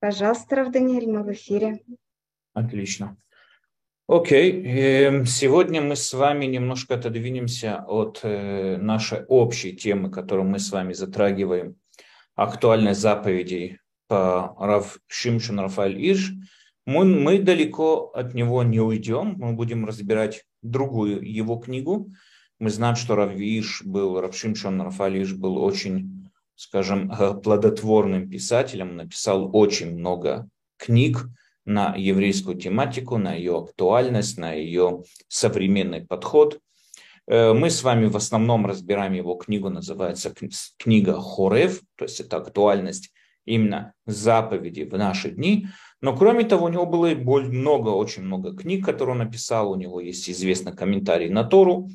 Пожалуйста, Рав Даниэль, мы в эфире. Отлично. Окей. Сегодня мы с вами немножко отодвинемся от нашей общей темы, которую мы с вами затрагиваем, актуальность заповедей по Рав Шимшон Рафаэль Ирш. Мы далеко от него не уйдем, мы будем разбирать другую его книгу. Мы знаем, что Рав Шимшон Рафаэль Ирш был очень, скажем, плодотворным писателем, написал очень много книг на еврейскую тематику, на ее актуальность, на ее современный подход. Мы с вами в основном разбираем его книгу, называется книга Хорев, то есть это актуальность именно заповеди в наши дни. Но кроме того, у него было очень много книг, которые он написал. У него есть известный комментарий на Тору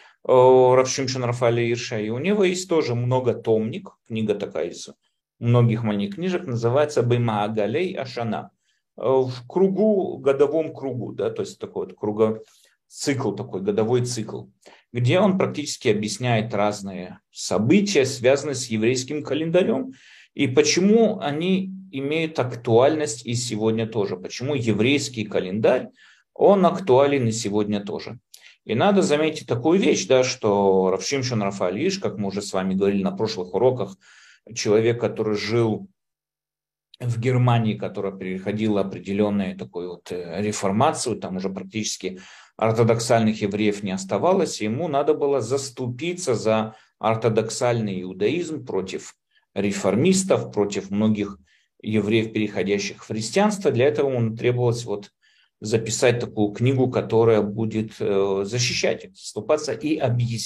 Рав Шимшон Рафаэля Ирша, и у него есть тоже многотомник, книга такая из многих моих книжек, называется «Бема Агалей Ашана», в кругу, годовом кругу, да, то есть такой вот цикл, такой годовой цикл, где он практически объясняет разные события, связанные с еврейским календарем, и почему они имеют актуальность и сегодня тоже, почему еврейский календарь, он актуален и сегодня тоже. И надо заметить такую вещь, да, что Рав Шимшон Рафаэль Ирш, как мы уже с вами говорили на прошлых уроках, человек, который жил в Германии, которая переходила определенную такую вот реформацию, там уже практически ортодоксальных евреев не оставалось, и ему надо было заступиться за ортодоксальный иудаизм против реформистов, против многих евреев, переходящих в христианство. Для этого ему требовалось вот записать такую книгу, которая будет защищать их, заступаться и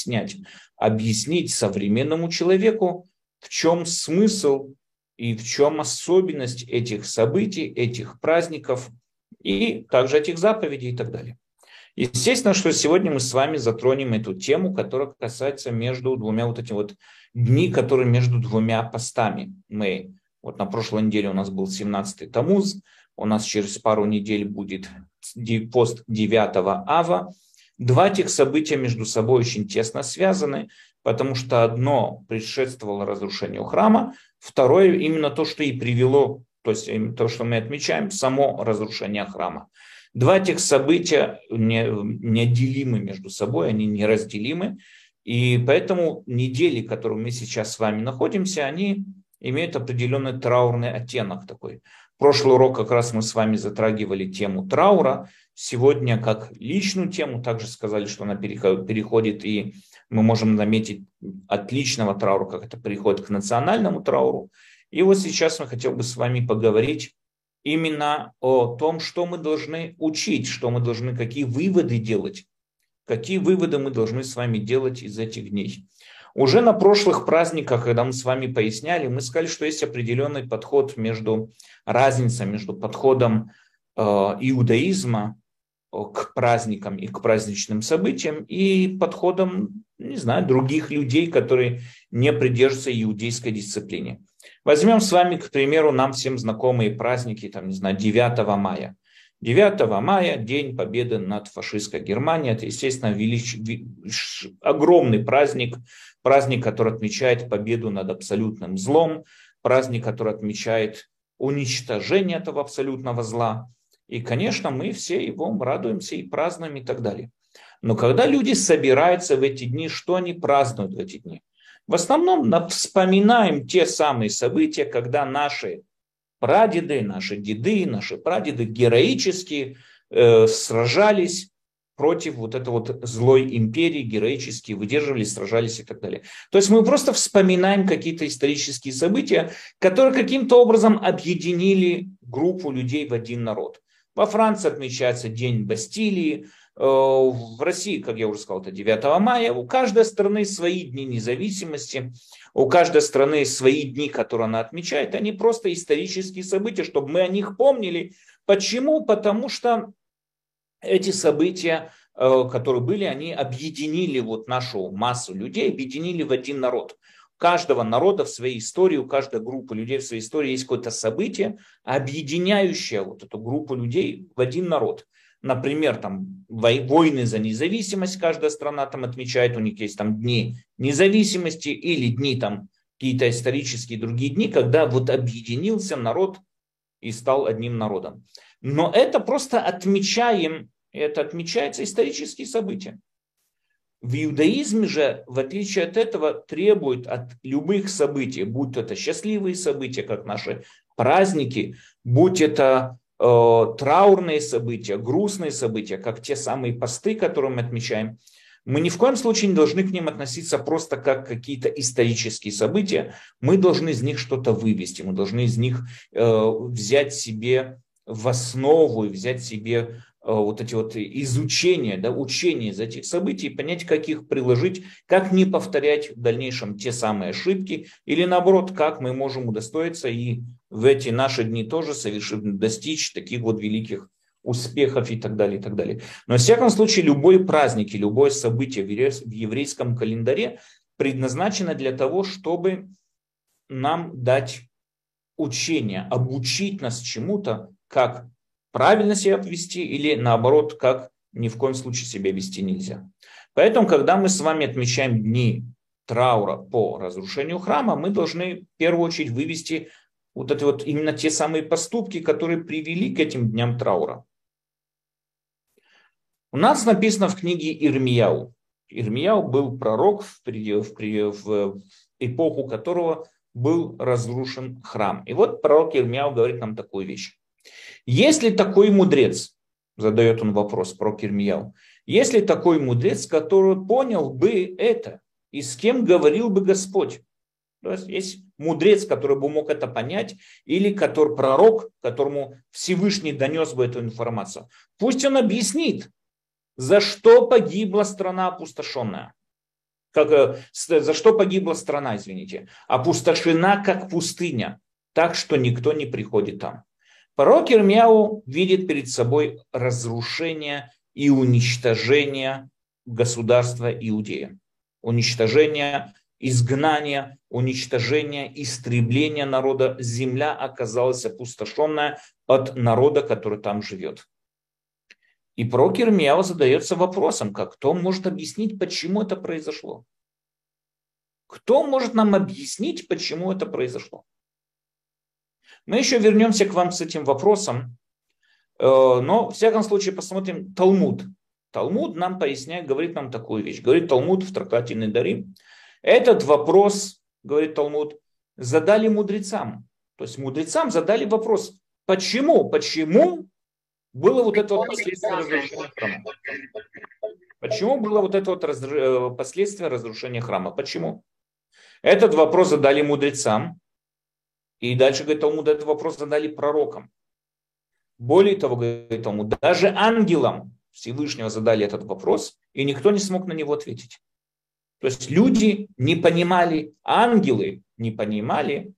объяснить современному человеку, в чем смысл и в чем особенность этих событий, этих праздников и также этих заповедей и так далее. Естественно, что сегодня мы с вами затронем эту тему, которая касается между двумя вот этими вот дни, которые между двумя постами. Вот на прошлой неделе у нас был 17-й Тамуз, у нас через пару недель будет пост 9-го Ава. Два этих события между собой очень тесно связаны, потому что одно предшествовало разрушению храма, второе именно то, что и привело, то есть то, что мы отмечаем, само разрушение храма. Два этих события неотделимы между собой, они неразделимы, и поэтому недели, в которых мы сейчас с вами находимся, они имеют определенный траурный оттенок такой. Прошлый урок как раз мы с вами затрагивали тему траура, сегодня как личную тему, также сказали, что она переходит, и мы можем заметить от личного траура, как это переходит к национальному трауру. И вот сейчас мы хотели бы с вами поговорить именно о том, что мы должны учить, что мы должны, какие выводы делать, какие выводы мы должны с вами делать из этих дней. Уже на прошлых праздниках, когда мы с вами поясняли, мы сказали, что есть определенный подход разница между подходом иудаизма к праздникам и к праздничным событиям и подходом, не знаю, других людей, которые не придерживаются иудейской дисциплине. Возьмем с вами, к примеру, нам всем знакомые праздники, там, не знаю, 9 мая. 9 мая – День Победы над фашистской Германией. Это, естественно, огромный праздник, который отмечает победу над абсолютным злом, праздник, который отмечает уничтожение этого абсолютного зла. И, конечно, мы все его радуемся и празднуем и так далее. Но когда люди собираются в эти дни, что они празднуют в эти дни? В основном вспоминаем те самые события, когда наши прадеды, наши деды, наши прадеды героически сражались против вот этой вот злой империи, героически выдерживали, сражались и так далее. То есть мы просто вспоминаем какие-то исторические события, которые каким-то образом объединили группу людей в один народ. Во Франции отмечается День Бастилии, в России, как я уже сказал, это 9 мая. У каждой страны свои дни независимости, у каждой страны свои дни, которые она отмечает. Они просто исторические события, чтобы мы о них помнили. Почему? Потому что эти события, которые были, они объединили вот нашу массу людей, объединили в один народ. У каждого народа в своей истории, у каждой группы людей в своей истории есть какое-то событие, объединяющее вот эту группу людей в один народ. Например, там войны за независимость каждая страна там отмечает, у них есть там дни независимости или дни там какие-то исторические другие дни, когда вот объединился народ и стал одним народом. Но это просто отмечаем, это отмечается исторические события. В иудаизме же, в отличие от этого, требует от любых событий, будь это счастливые события, как наши праздники, будь это траурные события, грустные события, как те самые посты, которые мы отмечаем, мы ни в коем случае не должны к ним относиться просто как какие-то исторические события. Мы должны из них что-то вывести, мы должны из них взять себе в основу и взять себе вот эти вот изучения, да, учения из этих событий, понять, как их приложить, как не повторять в дальнейшем те самые ошибки, или наоборот, как мы можем удостоиться и в эти наши дни тоже достичь таких вот великих успехов и так далее, и так далее. Но, во всяком случае, любой праздник и любое событие в еврейском календаре предназначено для того, чтобы нам дать учение, обучить нас чему-то, как правильно себя вести или наоборот, как ни в коем случае себя вести нельзя. Поэтому, когда мы с вами отмечаем дни траура по разрушению храма, мы должны в первую очередь вывести вот это вот именно те самые поступки, которые привели к этим дням траура. У нас написано в книге Ирмияу. Ирмияу был пророк, в эпоху которого был разрушен храм. И вот пророк Ирмияу говорит нам такую вещь. Есть ли такой мудрец, задает он вопрос пророк Ирмияу, есть ли такой мудрец, который понял бы это, и с кем говорил бы Господь? То есть мудрец, который бы мог это понять, или пророк, которому Всевышний донес бы эту информацию. Пусть он объяснит, за что погибла страна опустошенная. За что погибла страна, извините, опустошена как пустыня, так что никто не приходит там. Пророк Ирмияу видит перед собой разрушение и уничтожение государства Иудея. Уничтожение, изгнание, уничтожение, истребление народа. Земля оказалась опустошенная от народа, который там живет. И пророк Ирмияу задается вопросом, кто может объяснить, почему это произошло? Кто может нам объяснить, почему это произошло? Мы еще вернемся к вам с этим вопросом, но в всяком случае посмотрим Талмуд. Талмуд нам поясняет, говорит нам такую вещь. Говорит Талмуд в трактате Недарим. Этот вопрос, говорит Талмуд, задали мудрецам. То есть мудрецам задали вопрос, почему было вот это вот последствие разрушения храма? Почему было вот это вот последствие разрушения храма? Почему? Этот вопрос задали мудрецам. И дальше, говорит Талмуд, этот вопрос задали пророкам. Более того, говорит Талмуд, даже ангелам Всевышнего задали этот вопрос, и никто не смог на него ответить. То есть люди не понимали, ангелы не понимали,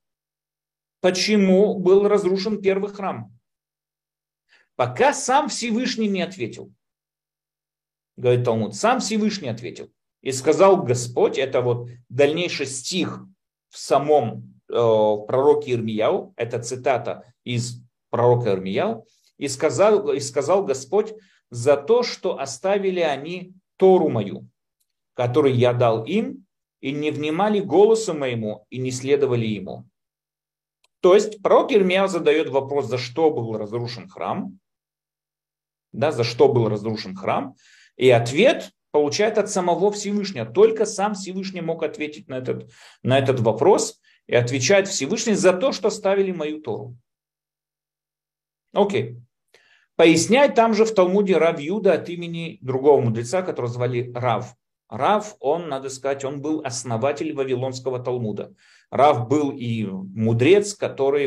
почему был разрушен первый храм. Пока сам Всевышний не ответил. Говорит Талмуд, сам Всевышний ответил. И сказал Господь, это вот дальнейший стих в самом пророке Ирмияу, это цитата из пророка Ирмияу, и сказал Господь, за то, что оставили они Тору мою, которую я дал им, и не внимали голосу моему, и не следовали ему. То есть пророк Ирмияу задает вопрос, за что был разрушен храм, да, за что был разрушен храм, и ответ получает от самого Всевышнего. Только сам Всевышний мог ответить на этот вопрос, и отвечает Всевышний за то, что ставили мою Тору. Окей. Поясняет там же в Талмуде Рав Юда от имени другого мудреца, которого звали Рав. Рав, он, надо сказать, он был основатель Вавилонского Талмуда. Рав был и мудрец, который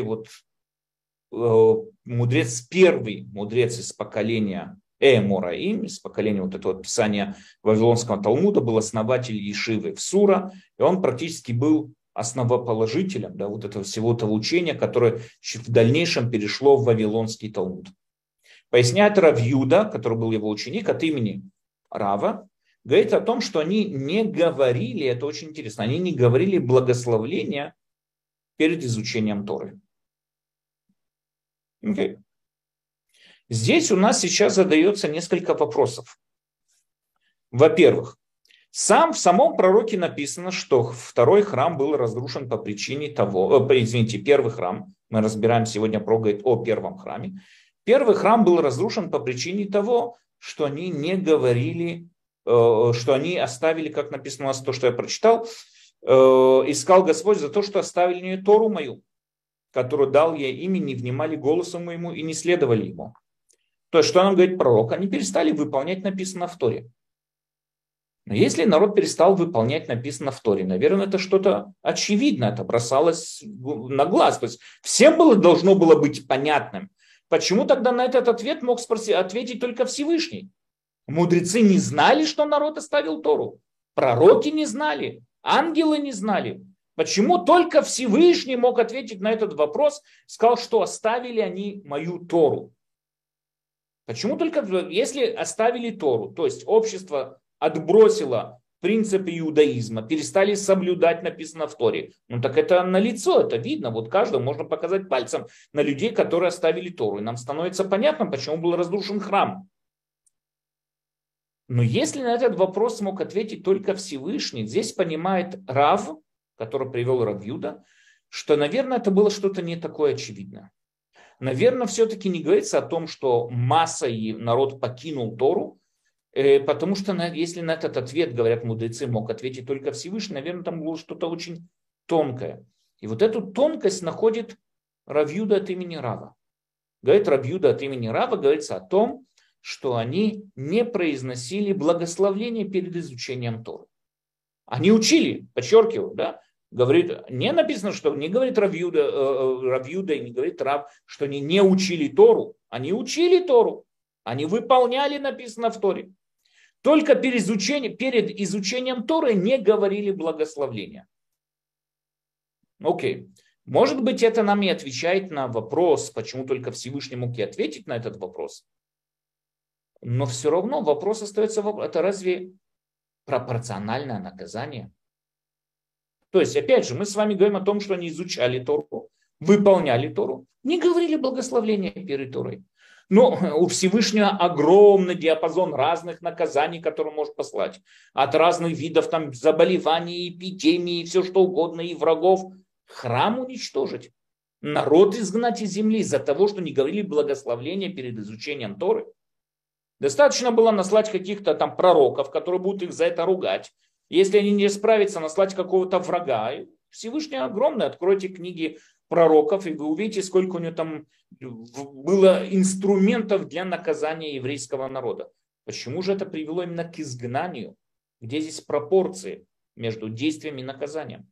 мудрец первый, мудрец из поколения Мораим, из поколения вот этого писания Вавилонского Талмуда, был основатель Ешивы в Сура, и он практически был основоположителем, да, вот этого всего того учения, которое в дальнейшем перешло в Вавилонский Талмуд. Поясняет Рав Юда, который был его ученик, от имени Рава, говорит о том, что они не говорили, это очень интересно, они не говорили благословления перед изучением Торы. Okay. Здесь у нас сейчас задается несколько вопросов. Во-первых, В самом пророке написано, что второй храм был разрушен по причине того, первый храм, мы разбираем сегодня, говорит о первом храме. Первый храм был разрушен по причине того, что они не говорили, что они оставили, как написано у нас, то, что я прочитал, искал Господь за то, что оставили мне Тору мою, которую дал я им, и не внимали голосу моему и не следовали ему. То есть, что нам говорит пророк? Они перестали выполнять написанное в Торе. Но если народ перестал выполнять написанное в Торе, наверное, это что-то очевидное, это бросалось на глаз. То есть всем должно было быть понятным. Почему тогда на этот ответ мог ответить только Всевышний? Мудрецы не знали, что народ оставил Тору. Пророки не знали, ангелы не знали. Почему только Всевышний мог ответить на этот вопрос, сказал, что оставили они мою Тору? Почему только, если оставили Тору, то есть общество отбросило принципы иудаизма, перестали соблюдать написано в Торе, ну так это налицо, это видно, вот каждому можно показать пальцем на людей, которые оставили Тору, и нам становится понятно, почему был разрушен храм. Но если на этот вопрос смог ответить только Всевышний, здесь понимает Рав, который привел Рав Юда, что, наверное, это было что-то не такое очевидное. Наверное, все-таки не говорится о том, что масса и народ покинул Тору, потому что если на этот ответ, говорят мудрецы, мог ответить только Всевышний, наверное, там было что-то очень тонкое. И вот эту тонкость находит Рав Юда от имени Рава. Говорит Рав Юда от имени Рава, говорится о том, что они не произносили благословление перед изучением Торы. Они учили, подчеркиваю, да, говорит, не написано, что не говорит Рав Юда и не говорит Рав, что они не учили Тору. Они учили Тору, они выполняли написано в Торе. Только перед изучением Торы не говорили благословления. Окей. Может быть, это нам и отвечает на вопрос, почему только Всевышний мог и ответить на этот вопрос. Но все равно вопрос остается, это разве пропорциональное наказание? То есть, опять же, мы с вами говорим о том, что они изучали Тору, выполняли Тору, не говорили благословления перед Торой. Но у Всевышнего огромный диапазон разных наказаний, которые он может послать. От разных видов там, заболеваний, эпидемий, все что угодно, и врагов. Храм уничтожить. Народ изгнать из земли из-за того, что не говорили благословления перед изучением Торы. Достаточно было наслать каких-то там пророков, которые будут их за это ругать. Если они не справятся, наслать какого-то врага. Всевышний огромный. Откройте книги пророков, и вы увидите, сколько у него там было инструментов для наказания еврейского народа. Почему же это привело именно к изгнанию? Где здесь пропорции между действием и наказанием?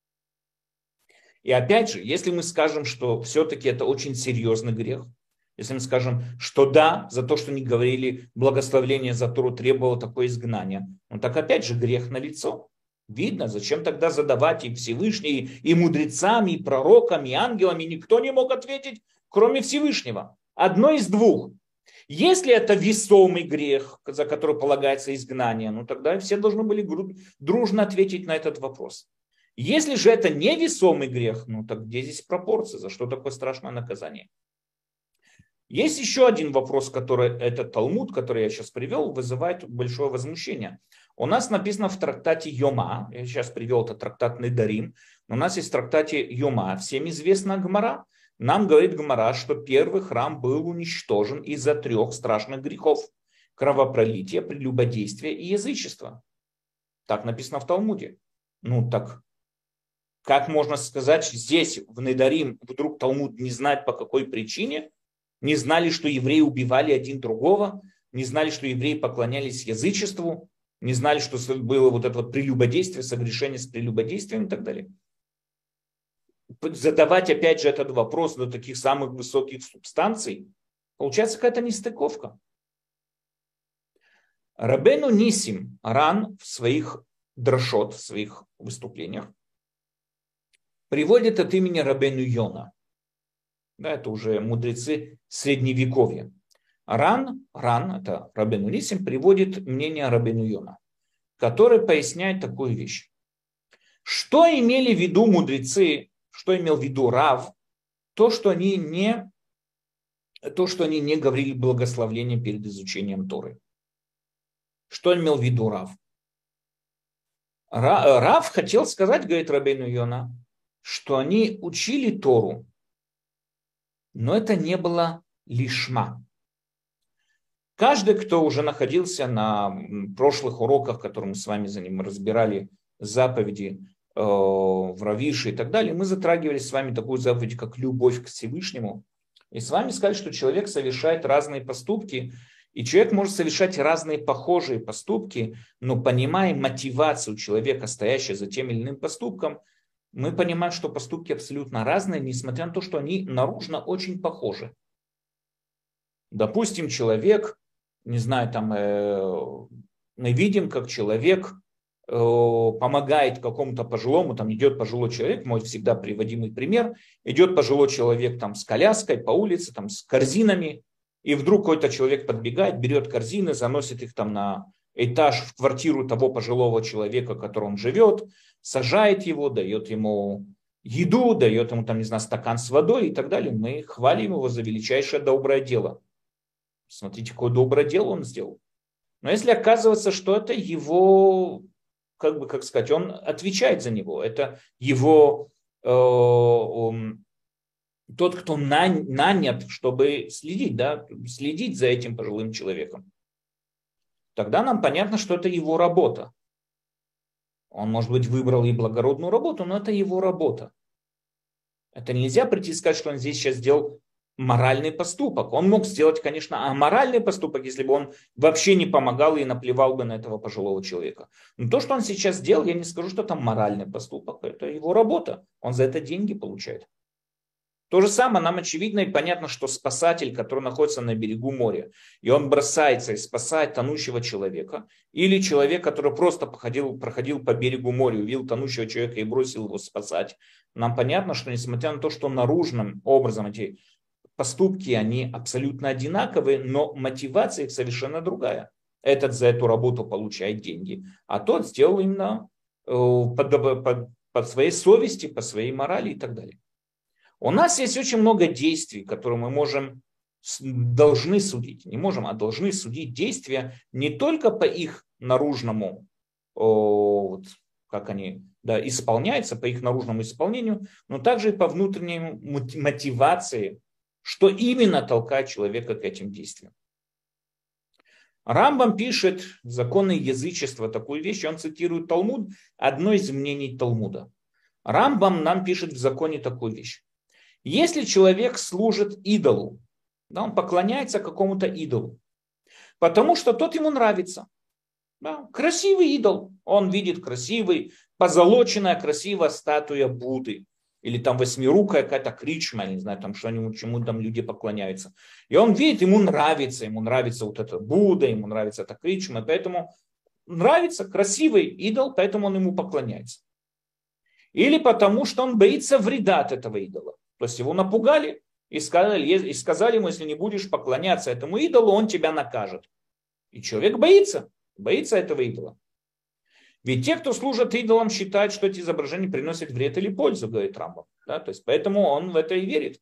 И опять же, если мы скажем, что все-таки это очень серьезный грех, если мы скажем, что да, за то, что не говорили благословление за Тору, требовало такое изгнание, ну так опять же грех налицо. Видно, зачем тогда задавать и Всевышний, и мудрецами, и пророками, и ангелами, никто не мог ответить, кроме Всевышнего. Одно из двух. Если это весомый грех, за который полагается изгнание, ну тогда все должны были дружно ответить на этот вопрос. Если же это не весомый грех, ну так где здесь пропорция, за что такое страшное наказание? Есть еще один вопрос, который этот Талмуд, который я сейчас привел, вызывает большое возмущение. У нас написано в трактате Йома, я сейчас привел этот трактат Недарим, у нас есть в трактате Йома, всем известна Гмара. Нам говорит Гмара, что первый храм был уничтожен из-за 3 страшных грехов: кровопролития, прелюбодействия и язычества. Так написано в Талмуде. Ну так, как можно сказать, здесь в Недарим вдруг Талмуд не знает по какой причине? Не знали, что евреи убивали один другого, не знали, что евреи поклонялись язычеству, не знали, что было вот это вот прелюбодействие, согрешение с прелюбодействием и так далее. Задавать опять же этот вопрос до таких самых высоких субстанций, получается какая-то нестыковка. Рабейну Нисим Ран в своих драшот, в своих выступлениях приводит от имени Рабейну Йона. Да, это уже мудрецы средневековья. Ран, это Рабейну Нисим, приводит мнение Рабейну Йона, который поясняет такую вещь. Что имели в виду мудрецы, что имел в виду Рав, то, что они не говорили благословление перед изучением Торы. Что имел в виду Рав? Рав хотел сказать, говорит Рабейну Йона, что они учили Тору, но это не было лишма. Каждый, кто уже находился на прошлых уроках, которые мы с вами за ним разбирали, заповеди в Равише и так далее, мы затрагивали с вами такую заповедь, как любовь к Всевышнему. И с вами сказали, что человек совершает разные поступки, и человек может совершать разные похожие поступки, но понимая мотивацию человека, стоящую за тем или иным поступком, мы понимаем, что поступки абсолютно разные, несмотря на то, что они наружно очень похожи. Допустим, человек, не знаю, там мы видим, как человек помогает какому-то пожилому, там идет пожилой человек, мой всегда приводимый пример, идет пожилой человек там с коляской по улице, там с корзинами, и вдруг какой-то человек подбегает, берет корзины, заносит их там на этаж в квартиру того пожилого человека, в котором он живет, сажает его, дает ему еду, дает ему там, не знаю, стакан с водой и так далее. Мы хвалим его за величайшее доброе дело. Смотрите, какое доброе дело он сделал. Но если оказывается, что это его, как сказать, он отвечает за него, это его тот, кто нанят, чтобы следить, да, следить за этим пожилым человеком, тогда нам понятно, что это его работа. Он, может быть, выбрал и благородную работу, но это его работа. Это нельзя прийти и сказать, что он здесь сейчас сделал моральный поступок. Он мог сделать, конечно, аморальный поступок, если бы он вообще не помогал и наплевал бы на этого пожилого человека. Но то, что он сейчас сделал, я не скажу, что это моральный поступок. Это его работа. Он за это деньги получает. То же самое нам очевидно и понятно, что спасатель, который находится на берегу моря, и он бросается и спасает тонущего человека, или человек, который просто проходил по берегу моря, увидел тонущего человека и бросил его спасать, нам понятно, что несмотря на то, что наружным образом эти поступки, они абсолютно одинаковые, но мотивация их совершенно другая. Этот за эту работу получает деньги, а тот сделал именно по своей совести, по своей морали и так далее. У нас есть очень много действий, которые мы должны судить. Не можем, а должны судить действия не только по их наружному, как они исполняются, по их наружному исполнению, но также и по внутренней мотивации, что именно толкает человека к этим действиям. Рамбам пишет в законы язычества такую вещь, он цитирует Талмуд, одно из мнений Талмуда. Рамбам нам пишет в законе такую вещь. Если человек служит идолу, да, он поклоняется какому-то идолу, потому что тот ему нравится. Да, красивый идол, он видит позолоченная красивая статуя Будды, или там восьмирукая какая-то кричма, я не знаю, там что-нибудь, чему там люди поклоняются. И он видит, ему нравится вот эта Будда, ему нравится эта кричма, поэтому нравится красивый идол, поэтому он ему поклоняется. Или потому что он боится вреда от этого идола. То есть его напугали и сказали ему, если не будешь поклоняться этому идолу, он тебя накажет. И человек боится этого идола. Ведь те, кто служат идолам, считают, что эти изображения приносят вред или пользу, говорит Рамбам. Да? То есть поэтому он в это и верит.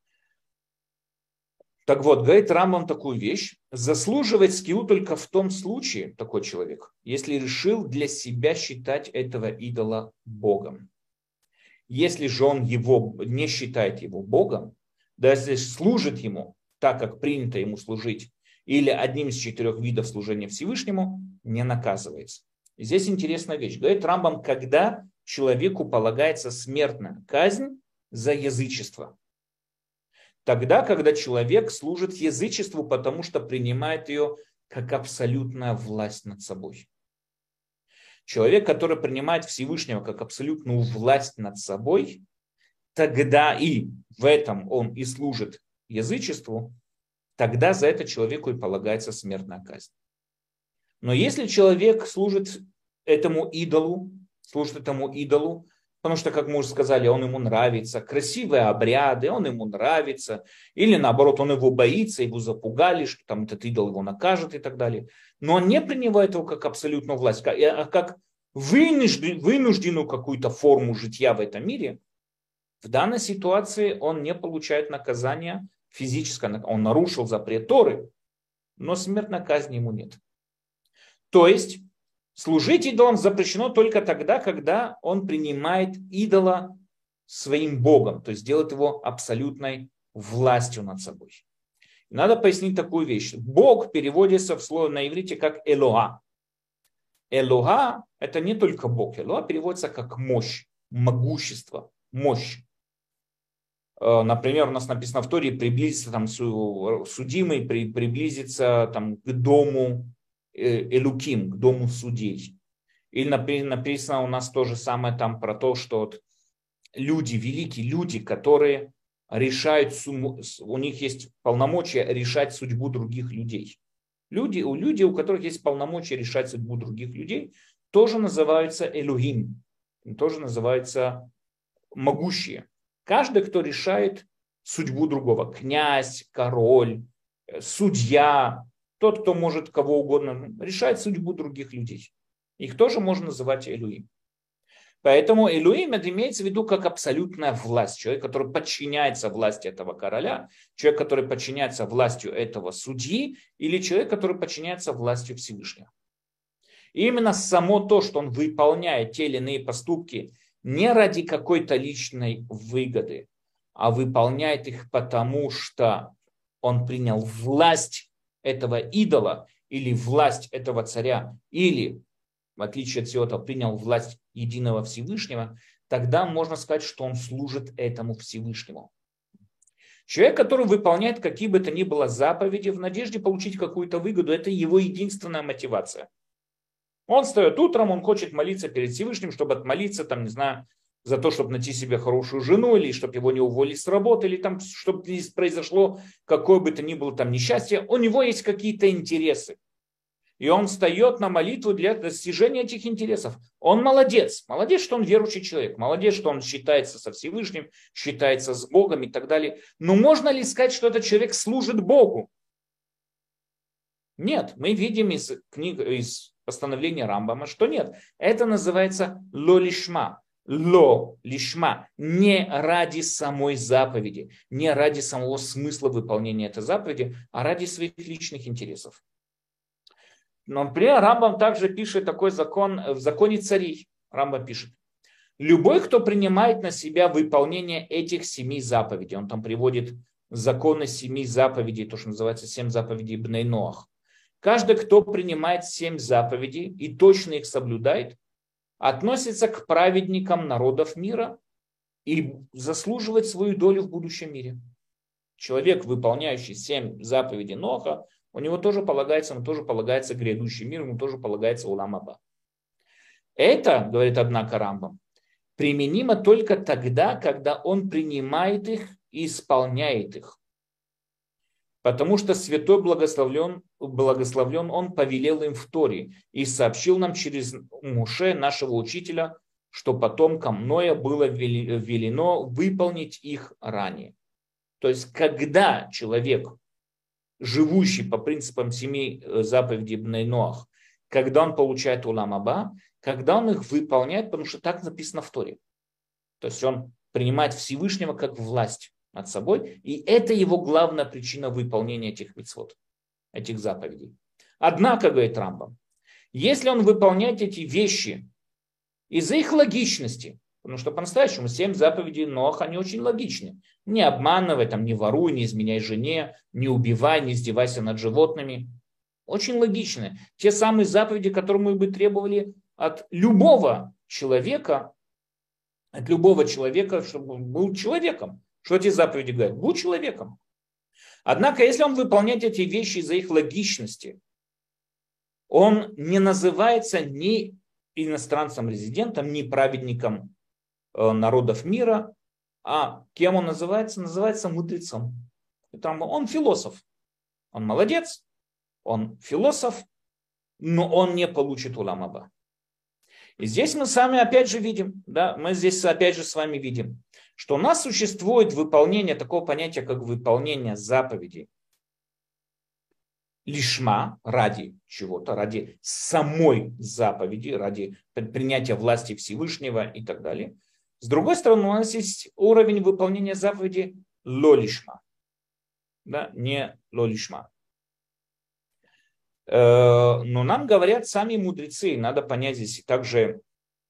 Так вот, говорит Рамбам такую вещь. Заслуживает скилу только в том случае, такой человек, если решил для себя считать этого идола Богом. Если же он не считает его Богом, даже служит ему так, как принято ему служить, или одним из 4 видов служения Всевышнему, не наказывается. И здесь интересная вещь. Говорит Рамбам, когда человеку полагается смертная казнь за язычество. Тогда, когда человек служит язычеству, потому что принимает ее как абсолютная власть над собой. Человек, который принимает Всевышнего как абсолютную власть над собой, тогда и в этом он и служит язычеству, тогда за это человеку и полагается смертная казнь. Но если человек служит этому идолу, потому что, как мы уже сказали, он ему нравится, красивые обряды, он ему нравится, или наоборот, он его боится, его запугали, что там этот идол его накажет и так далее. Но он не принимает его как абсолютную власть, а как вынужденную какую-то форму житья в этом мире. В данной ситуации он не получает наказания физическое, он нарушил запрет Торы, но смертной казни ему нет. То есть Служить идолам запрещено только тогда, когда он принимает идола своим богом, то есть делает его абсолютной властью над собой. Надо пояснить такую вещь. Бог переводится в слово на иврите как Элоа. Элоа – это не только Бог. Элоа переводится как мощь, могущество, мощь. Например, у нас написано в Торе приблизиться там, судимый, приблизиться там, к дому Элуким, к дому судей. Или написано у нас то же самое там про то, что вот люди, великие люди, которые решают, у них есть полномочия решать судьбу других людей. Люди, у которых есть полномочия решать судьбу других людей, тоже называются Элохим, тоже называются могущие. Каждый, кто решает судьбу другого, князь, король, судья, тот, кто может кого угодно, решает судьбу других людей. Их тоже можно называть Элохим. Поэтому Элоим это имеется в виду как абсолютная власть. Человек, который подчиняется власти этого короля, человек, который подчиняется властью этого судьи, или человек, который подчиняется властью Всевышнего. И именно само то, что он выполняет те или иные поступки не ради какой-то личной выгоды, а выполняет их потому, что он принял власть этого идола, или власть этого царя, или, в отличие от всего этого, принял власть единого Всевышнего, тогда можно сказать, что он служит этому Всевышнему. Человек, который выполняет какие бы то ни было заповеди в надежде получить какую-то выгоду, это его единственная мотивация. Он встает утром, он хочет молиться перед Всевышним, чтобы отмолиться, там, не знаю, за то, чтобы найти себе хорошую жену, или чтобы его не уволили с работы, или там, чтобы не произошло какое бы то ни было там несчастье. У него есть какие-то интересы. И он встает на молитву для достижения этих интересов. Он молодец. Молодец, что он верующий человек. Молодец, что он считается со Всевышним, считается с Богом и так далее. Но можно ли сказать, что этот человек служит Богу? Нет. Мы видим из постановления Рамбама, что нет. Это называется ло-лишма. Ло-лишма. Не ради самой заповеди. Не ради самого смысла выполнения этой заповеди, а ради своих личных интересов. Но, например, Рамбам также пишет такой закон в законе царей. Рамбам пишет: любой, кто принимает на себя выполнение этих 7 заповедей, он там приводит законы 7 заповедей, то, что называется 7 заповедей Бней Ноах. Каждый, кто принимает 7 заповедей и точно их соблюдает, относится к праведникам народов мира и заслуживает свою долю в будущем мире. Человек, выполняющий 7 заповедей Ноаха, у него тоже полагается, грядущий мир, ему тоже полагается улам аба. Это, говорит однако Рамбам, применимо только тогда, когда он принимает их и исполняет их. Потому что святой благословлен он повелел им в Торе и сообщил нам через Муше, нашего учителя, что потомкам Ноя было велено выполнить их ранее. То есть, когда человек, живущий по принципам 7 заповедей Бней Ноах, когда он получает улам аба, когда он их выполняет, потому что так написано в Торе. То есть он принимает Всевышнего как власть над собой, и это его главная причина выполнения этих мицвот, этих заповедей. Однако, говорит Рамбам, если он выполняет эти вещи из-за их логичности, потому что по-настоящему 7 заповедей Ноаха, они очень логичны. Не обманывай, там, не воруй, не изменяй жене, не убивай, не издевайся над животными. Очень логичны. Те самые заповеди, которые мы бы требовали от любого человека, чтобы он был человеком. Что эти заповеди говорят? Будь человеком. Однако, если он выполняет эти вещи из-за их логичности, он не называется ни иностранцем-резидентом, ни праведником народов мира, а кем он называется? Называется мудрецом. Он философ. Он молодец, он философ, но он не получит улам аба. И здесь мы с вами опять же видим, с вами видим, что у нас существует выполнение такого понятия, как выполнение заповедей лишма, ради чего-то, ради самой заповеди, ради принятия власти Всевышнего и так далее. С другой стороны, у нас есть уровень выполнения заповеди ло-лишма, не ло-лишма. Но нам говорят сами мудрецы, надо понять здесь, и также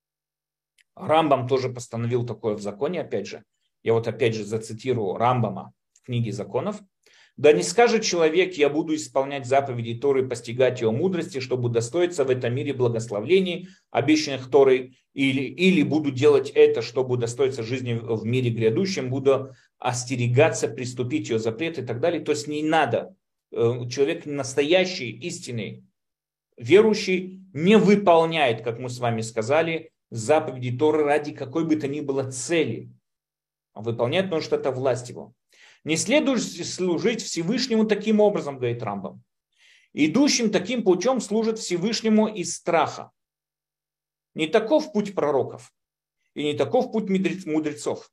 Рамбам тоже постановил такое в законе, опять же. Я вот опять же зацитирую Рамбама в книге законов. «Да не скажет человек, я буду исполнять заповеди Торы, постигать его мудрости, чтобы удостоиться в этом мире благословлений, обещанных Торой, или буду делать это, чтобы удостоиться жизни в мире грядущем, буду остерегаться, приступить ее запрет и так далее». То есть не надо. Человек настоящий, истинный, верующий не выполняет, как мы с вами сказали, заповеди Торы ради какой бы то ни было цели. А выполняет, потому что это власть его. Не следует служить Всевышнему таким образом, говорит Рамбам. Идущим таким путем служат Всевышнему из страха. Не таков путь пророков и не таков путь мудрецов.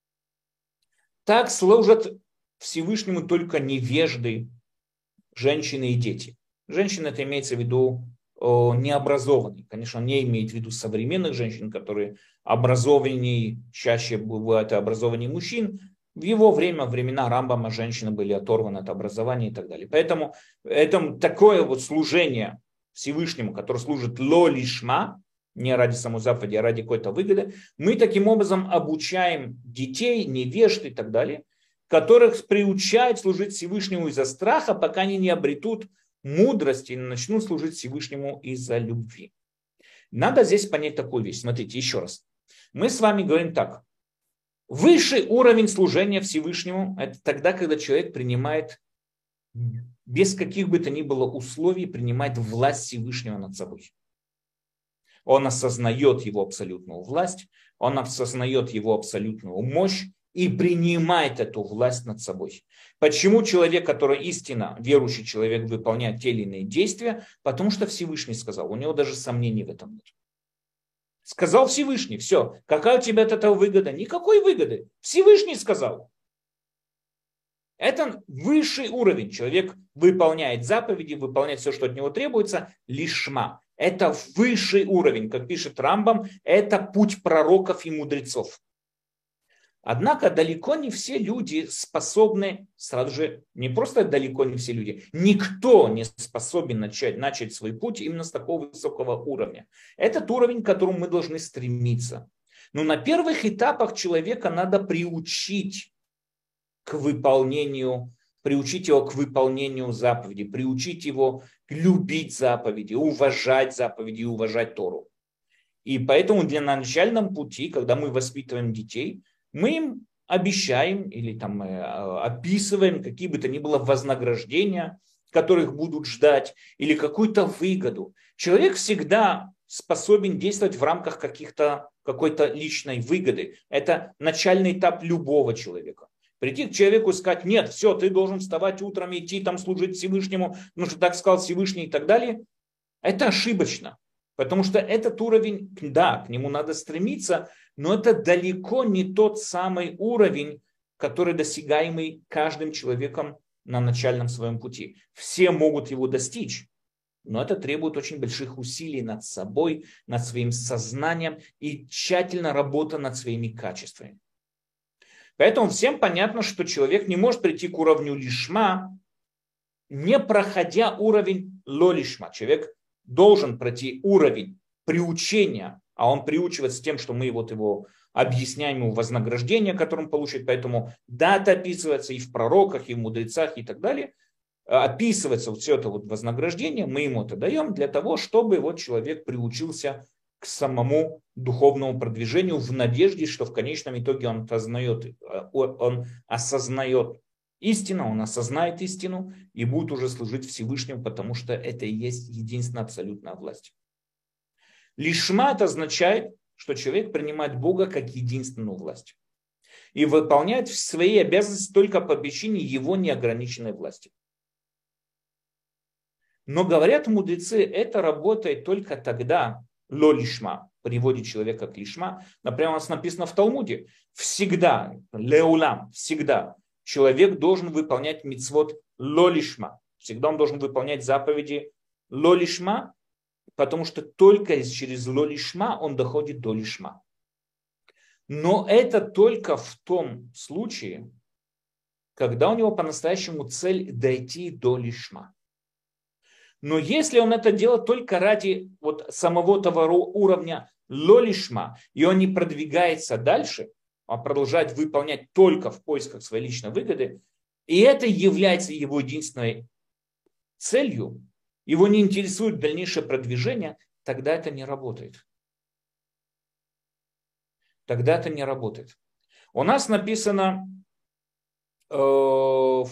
Так служат Всевышнему только невежды, женщины и дети. Женщины, это имеется в виду необразованные. Конечно, он не имеет в виду современных женщин, которые образованнее, чаще бывают образованнее мужчин. В его время, времена Рамбама, женщины были оторваны от образования и так далее. Поэтому это такое вот служение Всевышнему, которое служит ло лишма, не ради самой заповеди, а ради какой-то выгоды, мы таким образом обучаем детей, невежд и так далее, которых приучают служить Всевышнему из-за страха, пока они не обретут мудрости и начнут служить Всевышнему из-за любви. Надо здесь понять такую вещь. Смотрите, еще раз. Мы с вами говорим так. Высший уровень служения Всевышнему – это тогда, когда человек принимает, без каких бы то ни было условий, принимает власть Всевышнего над собой. Он осознает его абсолютную власть, он осознает его абсолютную мощь и принимает эту власть над собой. Почему человек, который истинно верующий человек, выполняет те или иные действия? Потому что Всевышний сказал. У него даже сомнений в этом нет. Сказал Всевышний, все. Какая у тебя от этого выгода? Никакой выгоды. Всевышний сказал. Это высший уровень. Человек выполняет заповеди, выполняет все, что от него требуется, лишма. Это высший уровень. Как пишет Рамбам, это путь пророков и мудрецов. Однако далеко не все люди способны, сразу же, не просто далеко не все люди, никто не способен начать свой путь именно с такого высокого уровня. Этот уровень, к которому мы должны стремиться. Но на первых этапах человека надо приучить его к выполнению заповедей, приучить его любить заповеди, уважать заповеди и уважать Тору. И поэтому на начальном пути, когда мы воспитываем детей, мы им обещаем или там описываем какие бы то ни было вознаграждения, которых будут ждать, или какую-то выгоду. Человек всегда способен действовать в рамках какой-то личной выгоды. Это начальный этап любого человека. Прийти к человеку и сказать, нет, все, ты должен вставать утром, идти там служить Всевышнему, потому что так сказал Всевышний и так далее. Это ошибочно. Потому что этот уровень, да, к нему надо стремиться, но это далеко не тот самый уровень, который достигаемый каждым человеком на начальном своем пути. Все могут его достичь, но это требует очень больших усилий над собой, над своим сознанием и тщательно работа над своими качествами. Поэтому всем понятно, что человек не может прийти к уровню лишма, не проходя уровень лолишма. Человек должен пройти уровень приучения, а он приучивается тем, что мы вот его объясняем ему вознаграждение, которое он получит, поэтому дата описывается и в пророках, и в мудрецах, и так далее. Описывается вот все это вот вознаграждение, мы ему это даем для того, чтобы вот человек приучился к самому духовному продвижению в надежде, что в конечном итоге он осознает истину, он осознает истину и будет уже служить Всевышнему, потому что это и есть единственная абсолютная власть. Лишма это означает, что человек принимает Бога как единственную власть и выполняет свои обязанности только по причине его неограниченной власти. Но говорят мудрецы, это работает только тогда, ло лишма, приводит человека к лишма. Например, у нас написано в Талмуде, всегда, леулам, всегда человек должен выполнять мицвот ло лишма. Всегда он должен выполнять заповеди ло лишма, потому что только через ло лишма он доходит до лишма. Но это только в том случае, когда у него по-настоящему цель дойти до лишма. Но если он это делает только ради вот самого того уровня лолишма, и он не продвигается дальше, а продолжает выполнять только в поисках своей личной выгоды, и это является его единственной целью, его не интересует дальнейшее продвижение, тогда это не работает. Тогда это не работает. У нас написано в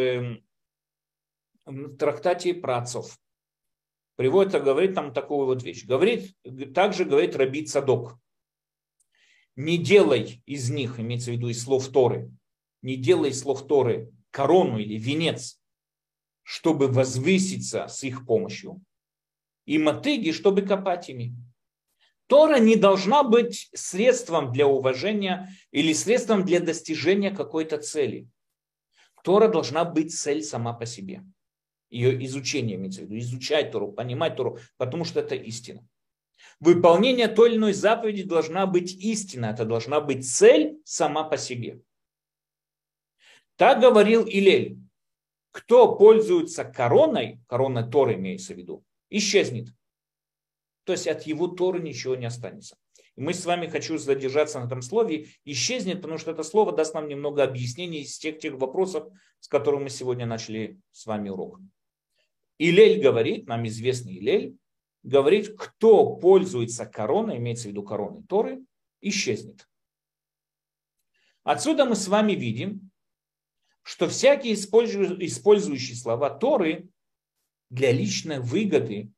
трактате Працов. Приводит, говорит там такую вот вещь. Также говорит Раби Цадок. Не делай из них, имеется в виду из слов Торы, не делай из слов Торы корону или венец, чтобы возвыситься с их помощью, и мотыги, чтобы копать ими. Тора не должна быть средством для уважения или средством для достижения какой-то цели. Тора должна быть цель сама по себе. Ее изучение, имеется в виду, изучать Тору, понимать Тору, потому что это истина. Выполнение той или иной заповеди должна быть истина, это должна быть цель сама по себе. Так говорил Илель. Кто пользуется короной Торы имеется в виду, исчезнет. То есть от его Торы ничего не останется. И мы с вами хочу задержаться на этом слове исчезнет, потому что это слово даст нам немного объяснений из тех вопросов, с которыми мы сегодня начали с вами урок. Илель говорит, нам известный Илель, говорит, кто пользуется короной, имеется в виду короной Торы, исчезнет. Отсюда мы с вами видим, что всякий использующий слова Торы для личной выгоды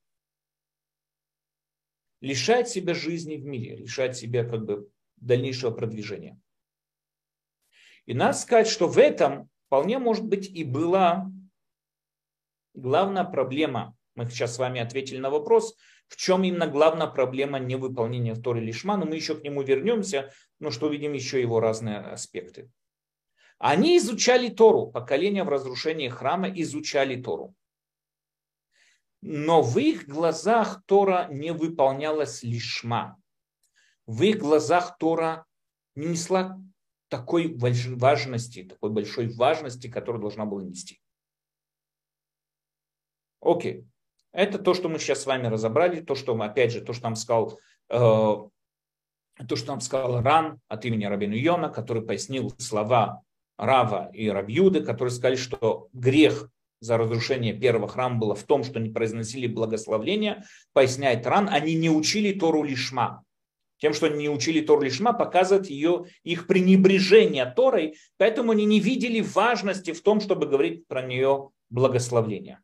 лишает себя жизни в мире, лишает себя дальнейшего продвижения. И надо сказать, что в этом вполне может быть и была главная проблема. Мы сейчас с вами ответили на вопрос, в чем именно главная проблема невыполнения в Торе лишма, но мы еще к нему вернемся, но что увидим еще его разные аспекты. Они изучали Тору, поколение в разрушении храма изучали Тору. Но в их глазах Тора не выполнялась лишма. В их глазах Тора не несла такой важности, такой большой важности, которую должна была нести. Окей. Это то, что мы сейчас с вами разобрали, то, что нам сказал Ран от имени Рабейну Йона, который пояснил слова Рава и Рабьюды, которые сказали, что грех за разрушение первого храма было в том, что не произносили благословления. Поясняет Ран, они не учили Тору лишма. Тем, что они не учили Тору лишма, показывает их пренебрежение Торой, поэтому они не видели важности в том, чтобы говорить про нее благословление.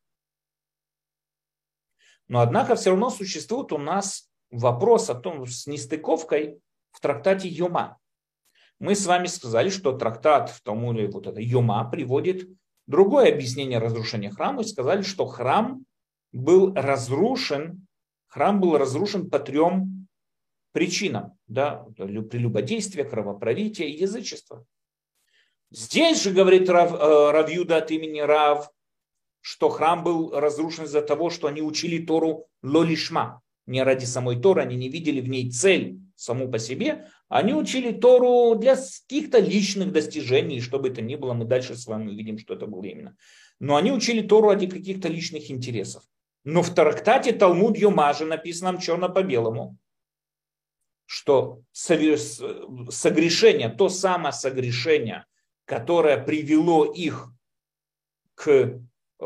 Но однако все равно существует у нас вопрос о том, с нестыковкой в трактате Йома. Мы с вами сказали, что трактат в Талмуде вот это Йома приводит другое объяснение разрушения храма и сказали, что храм был разрушен по 3 причинам. Да? Прелюбодействие, кровопролитие и язычество. Здесь же говорит Рав Юда от имени Рав, что храм был разрушен из-за того, что они учили Тору лолишма. Не ради самой Торы, они не видели в ней цель саму по себе, они учили Тору для каких-то личных достижений, что бы это ни было, мы дальше с вами увидим, что это было именно. Но они учили Тору ради каких-то личных интересов. Но в трактате Талмуд Йома же написано нам черно по белому, что согрешение, то самое согрешение, которое привело их к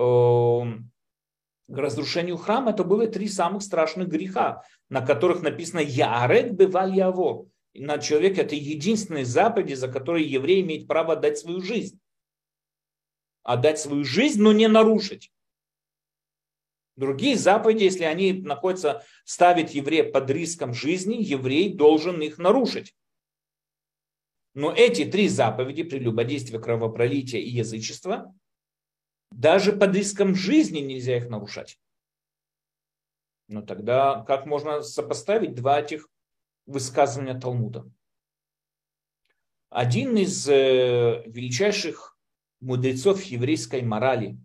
разрушению храма, это было 3 самых страшных греха, на которых написано «Яарет беваль явор». И на человека это единственные заповеди, за которые еврей имеет право отдать свою жизнь. Отдать свою жизнь, но не нарушить. Другие заповеди, если они ставят еврея под риском жизни, еврей должен их нарушить. Но эти 3 заповеди, прелюбодействие, кровопролитие и язычество, даже под риском жизни нельзя их нарушать. Но тогда как можно сопоставить 2 этих высказывания Талмуда? Один из величайших мудрецов еврейской морали,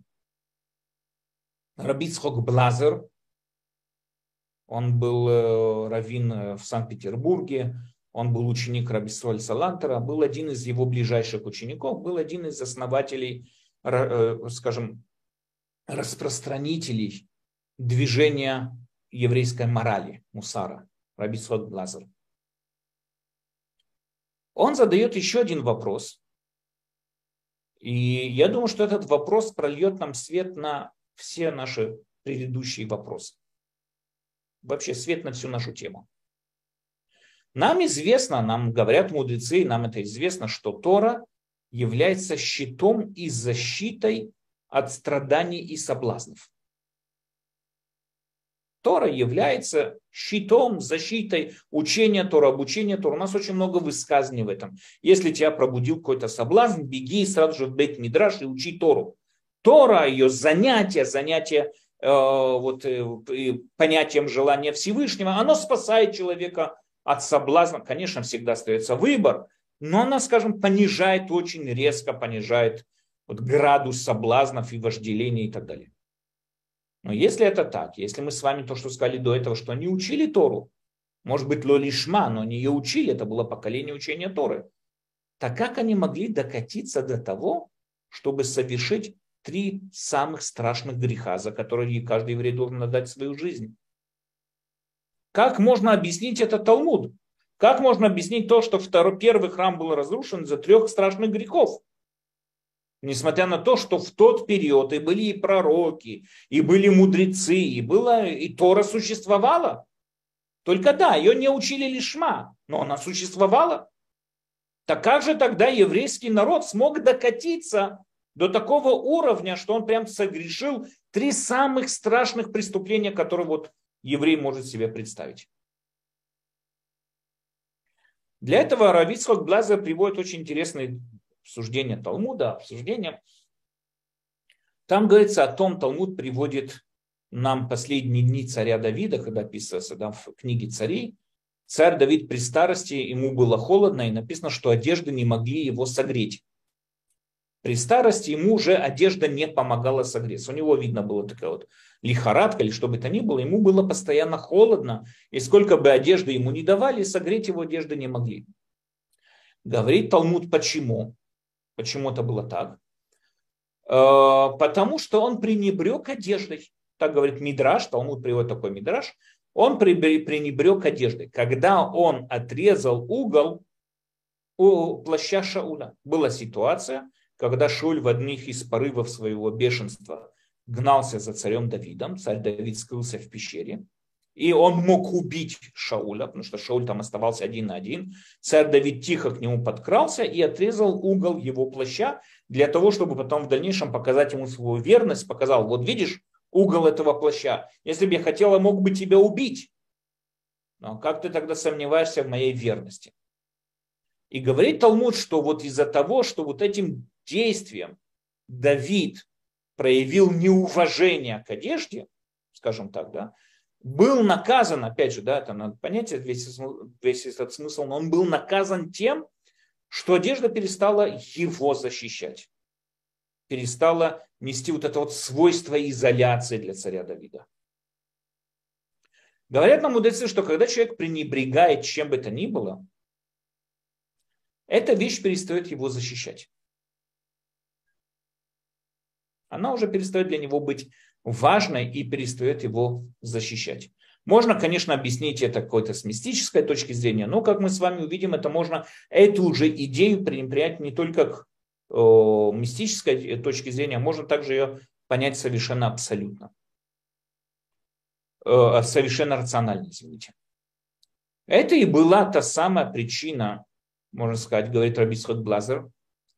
Раби Ицхок Блазер, он был раввин в Санкт-Петербурге, он был ученик Раби Исроэль Салантера, был один из его ближайших учеников, был один из основателей, скажем, распространителей движения еврейской морали, мусара, Раби Ицхак Блазер. Он задает еще один вопрос. И я думаю, что этот вопрос прольет нам свет на все наши предыдущие вопросы. Вообще свет на всю нашу тему. Нам известно, нам говорят мудрецы, нам это известно, что Тора является щитом и защитой от страданий и соблазнов. Тора является щитом, защитой учения Тора, обучения Тора. У нас очень много высказаний в этом. Если тебя пробудил какой-то соблазн, беги сразу же в Бейт-Мидраш и учи Тору. Тора, ее занятие понятием желания Всевышнего, оно спасает человека от соблазна. Конечно, всегда остается выбор, но она, скажем, понижает, очень резко понижает градус соблазнов и вожделения и так далее. Но если это так, если мы с вами то, что сказали до этого, что они учили Тору, может быть, лолишма, но они ее учили, это было поколение учения Торы, так как они могли докатиться до того, чтобы совершить 3 самых страшных греха, за которые каждый еврей должен отдать свою жизнь? Как можно объяснить это Талмуд? Как можно объяснить то, что первый храм был разрушен из-за 3 страшных грехов? Несмотря на то, что в тот период и были и пророки, и были мудрецы, и Тора существовала. Только да, ее не учили лишма, но она существовала. Так как же тогда еврейский народ смог докатиться до такого уровня, что он прям согрешил 3 самых страшных преступления, которые еврей может себе представить? Для этого Раби Ицхак Блазер приводит очень интересные обсуждение Талмуда, обсуждение. Там говорится о том, Талмуд приводит нам последние дни царя Давида, когда описывается в книге царей. Царь Давид при старости, ему было холодно, и написано, что одежды не могли его согреть. При старости ему уже одежда не помогала согреться. У него, видно, была такая лихорадка или что бы то ни было. Ему было постоянно холодно, и сколько бы одежды ему не давали, согреть его одежды не могли. Говорит Талмуд, почему? Почему это было так? Потому что он пренебрег одеждой. Так говорит Мидраш, Талмуд приводит такой Мидраш. Он пренебрег одеждой. Когда он отрезал угол у плаща Шауля. Была ситуация, когда Шауль в одних из порывов своего бешенства гнался за царем Давидом. Царь Давид скрылся в пещере. И он мог убить Шауля, потому что Шауль там оставался 1 на 1. Царь Давид тихо к нему подкрался и отрезал угол его плаща для того, чтобы потом в дальнейшем показать ему свою верность. Показал, вот видишь угол этого плаща. Если бы я хотел, я мог бы тебя убить. Но как ты тогда сомневаешься в моей верности? И говорит Талмуд, что из-за того, что этим действием Давид проявил неуважение к одежде, скажем так, да, был наказан, опять же, да, это надо понять, весь этот смысл, но он был наказан тем, что одежда перестала его защищать. Перестала нести это свойство изоляции для царя Давида. Говорят нам мудрецы, что когда человек пренебрегает чем бы то ни было, эта вещь перестает его защищать. Она уже перестает для него быть важной и перестает его защищать. Можно, конечно, объяснить это какой-то с мистической точки зрения, но, как мы с вами увидим, это можно эту же идею принять не только к мистической точки зрения, можно также ее понять совершенно абсолютно. Совершенно рационально, извините. Это и была та самая причина, можно сказать, говорит Раби Ицхак Блазер,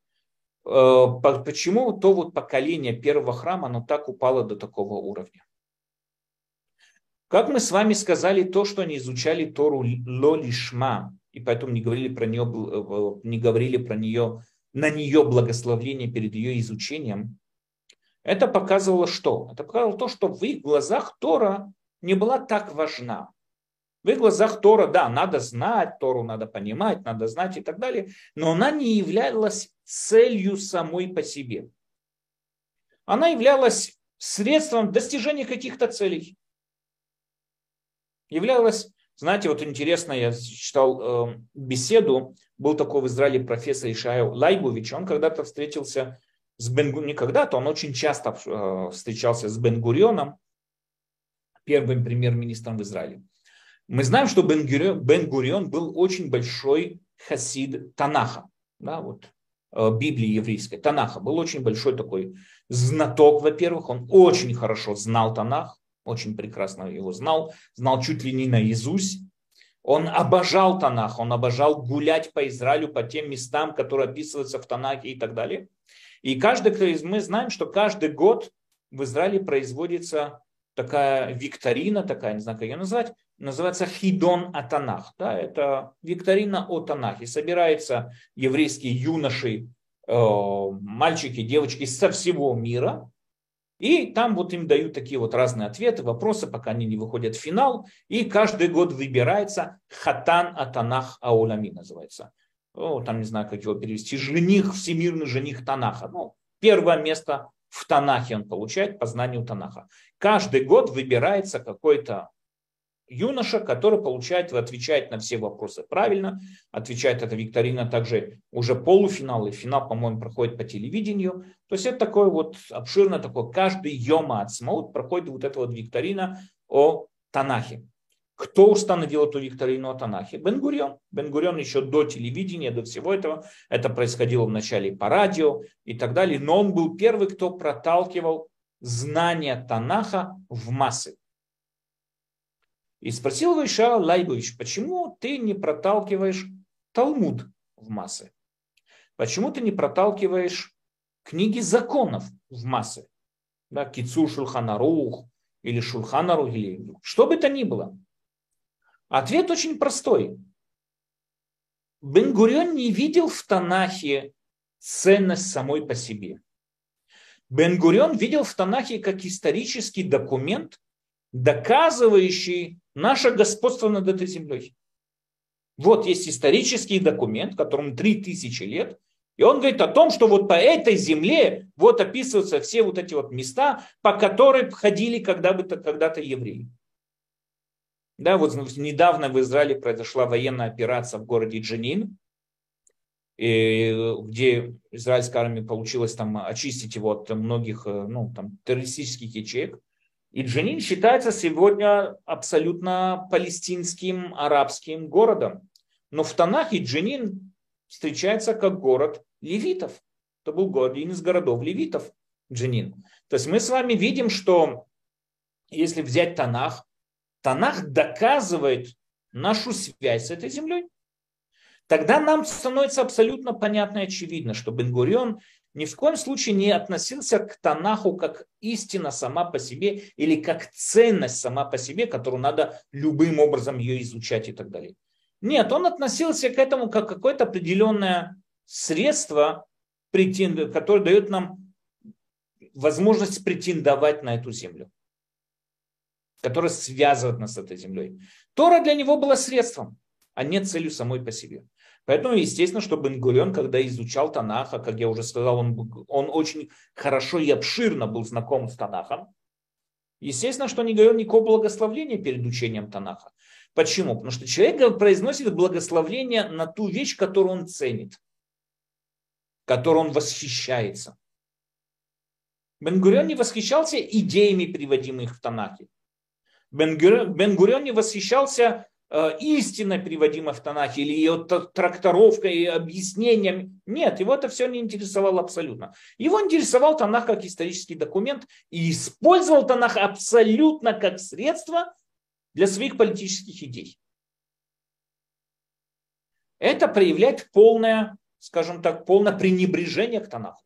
почему то поколение первого храма, оно так упало до такого уровня. Как мы с вами сказали, то, что они изучали Тору лолишма, и поэтому не говорили про нее, на нее благословление перед ее изучением, это показывало что? Это показывало то, что в их глазах Тора не была так важна. В их глазах Тора, да, надо знать, Тору надо понимать, надо знать и так далее, но она не являлась целью самой по себе. Она являлась средством достижения каких-то целей. Являлась, знаете, интересно, я читал беседу, был такой в Израиле профессор Ишайяу Лайбович, он когда-то встретился с не когда-то, он очень часто встречался с Бен-Гурионом, первым премьер-министром в Израиле. Мы знаем, что Бен-Гурион был очень большой хасид Танаха, да, вот, Библии еврейской, Танаха. Был очень большой такой знаток, во-первых, он очень хорошо знал Танах, очень прекрасно его знал чуть ли не наизусть. Он обожал Танах, он обожал гулять по Израилю, по тем местам, которые описываются в Танахе и так далее. И мы знаем, что каждый год в Израиле производится такая викторина, такая, не знаю, как ее назвать, называется Хидон о Танах. Да, это викторина о Танахе. Собираются еврейские юноши, мальчики, девочки со всего мира. И там вот им дают такие вот разные ответы, вопросы, пока они не выходят в финал. И каждый год выбирается Хатан Атанах Аулами называется. Там не знаю, как его перевести. Жених, всемирный жених Танаха. Первое место в Танахе он получает по знанию Танаха. Каждый год выбирается какой-то юноша, который отвечает на все вопросы правильно, отвечает эта викторина также уже полуфинал, и финал, по-моему, проходит по телевидению. То есть это такое вот обширное, такое, каждый Йом Ацмаут проходит вот эта вот викторина о Танахе. Кто установил эту викторину о Танахе? Бен-Гурион. Бен-Гурион еще до телевидения, до всего этого, это происходило вначале по радио и так далее, но он был первый, кто проталкивал знания Танаха в массы. И спросил его Иша Лайбович, почему ты не проталкиваешь Талмуд в массы? Почему ты не проталкиваешь книги законов в массы? Да, Кицур Шулхан Арух или Шулхан Арух, или что бы то ни было. Ответ очень простой. Бен-Гурион не видел в Танахе ценность самой по себе. Бен-Гурион видел в Танахе как исторический документ, доказывающий наше господство над этой землей. Вот есть исторический документ, которому 3000 лет, и он говорит о том, что вот по этой земле вот описываются все вот эти вот места, по которым ходили когда-то евреи. Да, вот недавно в Израиле произошла военная операция в городе Дженин, где израильская армия получилось там очистить его от многих террористических ячеек. И Дженин считается сегодня абсолютно палестинским арабским городом. Но в Танахе Дженин встречается как город левитов. Это был один из городов левитов, Дженин. То есть мы с вами видим, что если взять Танах, Танах доказывает нашу связь с этой землей. Тогда нам становится абсолютно понятно и очевидно, что Бен-Гурион ни в коем случае не относился к Танаху как истина сама по себе или как ценность сама по себе, которую надо любым образом ее изучать и так далее. Нет, он относился к этому как какое-то определенное средство, которое дает нам возможность претендовать на эту землю, которое связывает нас с этой землей. Тора для него была средством, а не целью самой по себе. Поэтому, естественно, что Бен-Гурион, когда изучал Танаха, как я уже сказал, он очень хорошо и обширно был знаком с Танахом. Естественно, что не говорил никакого благословления перед учением Танаха. Почему? Потому что человек произносит благословение на ту вещь, которую он ценит, которой он восхищается. Бен-Гурион не восхищался идеями, приводимых в Танахе. Бен-Гурион не восхищался истиной, приводимой в Танахе, или ее трактовкой и объяснением. Нет, его это все не интересовало абсолютно. Его интересовал Танах как исторический документ и использовал Танах абсолютно как средство для своих политических идей. Это проявляет полное, скажем так, полное пренебрежение к Танаху.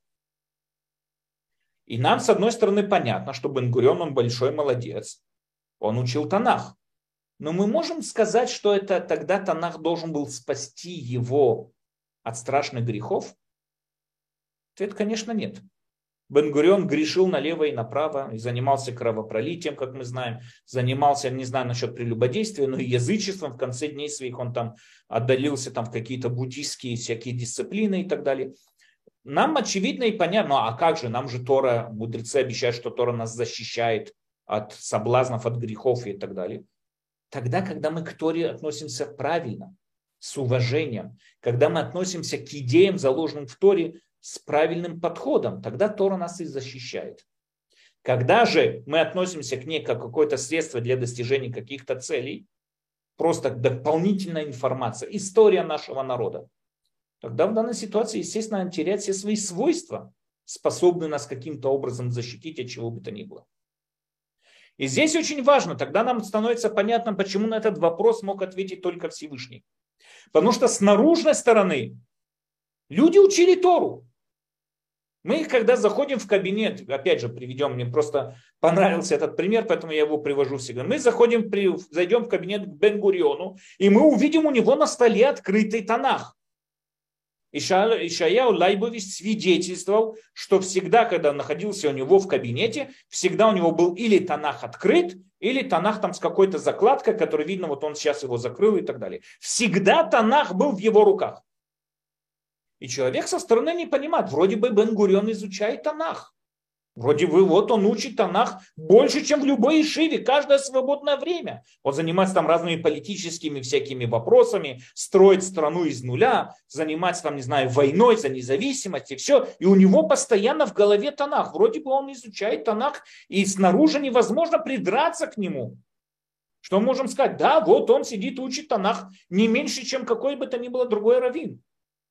И нам, с одной стороны, понятно, что Бен-Гурион, он большой молодец. Он учил Танах. Но мы можем сказать, что это тогда Танах должен был спасти его от страшных грехов? Ответ, конечно, нет. Бен-Гурион грешил налево и направо, и занимался кровопролитием, как мы знаем, занимался, не знаю насчет прелюбодействия, но и язычеством. В конце дней своих он там отдалился там, в какие-то буддийские всякие дисциплины и так далее. Нам очевидно и понятно, а как же, нам же Тора, мудрецы обещают, что Тора нас защищает от соблазнов, от грехов и так далее. Тогда, когда мы к Торе относимся правильно, с уважением, когда мы относимся к идеям, заложенным в Торе, с правильным подходом, тогда Тора нас и защищает. Когда же мы относимся к ней как какое-то средство для достижения каких-то целей, просто дополнительная информация, история нашего народа, тогда в данной ситуации, естественно, она теряет все свои свойства, способные нас каким-то образом защитить от чего бы то ни было. И здесь очень важно, тогда нам становится понятно, почему на этот вопрос мог ответить только Всевышний. Потому что с наружной стороны люди учили Тору. Мы, когда заходим в кабинет, опять же, приведем, мне просто понравился этот пример, поэтому я его привожу всегда. Мы зайдем в кабинет к Бен-Гуриону, и мы увидим у него на столе открытый Танах. Ишаяу Лайбович свидетельствовал, что всегда, когда он находился у него в кабинете, всегда у него был или Танах открыт, или Танах там с какой-то закладкой, который видно, вот он сейчас его закрыл и так далее. Всегда Танах был в его руках. И человек со стороны не понимает, вроде бы Бен-Гурион изучает Танах. Вроде бы вот он учит Танах больше, чем в любой ишиве, каждое свободное время. Он занимается там разными политическими всякими вопросами, строит страну из нуля, занимается там, не знаю, войной за независимость и все. И у него постоянно в голове Танах. Вроде бы он изучает Танах, и снаружи невозможно придраться к нему. Что мы можем сказать? Да, вот он сидит и учит Танах не меньше, чем какой бы то ни было другой раввин.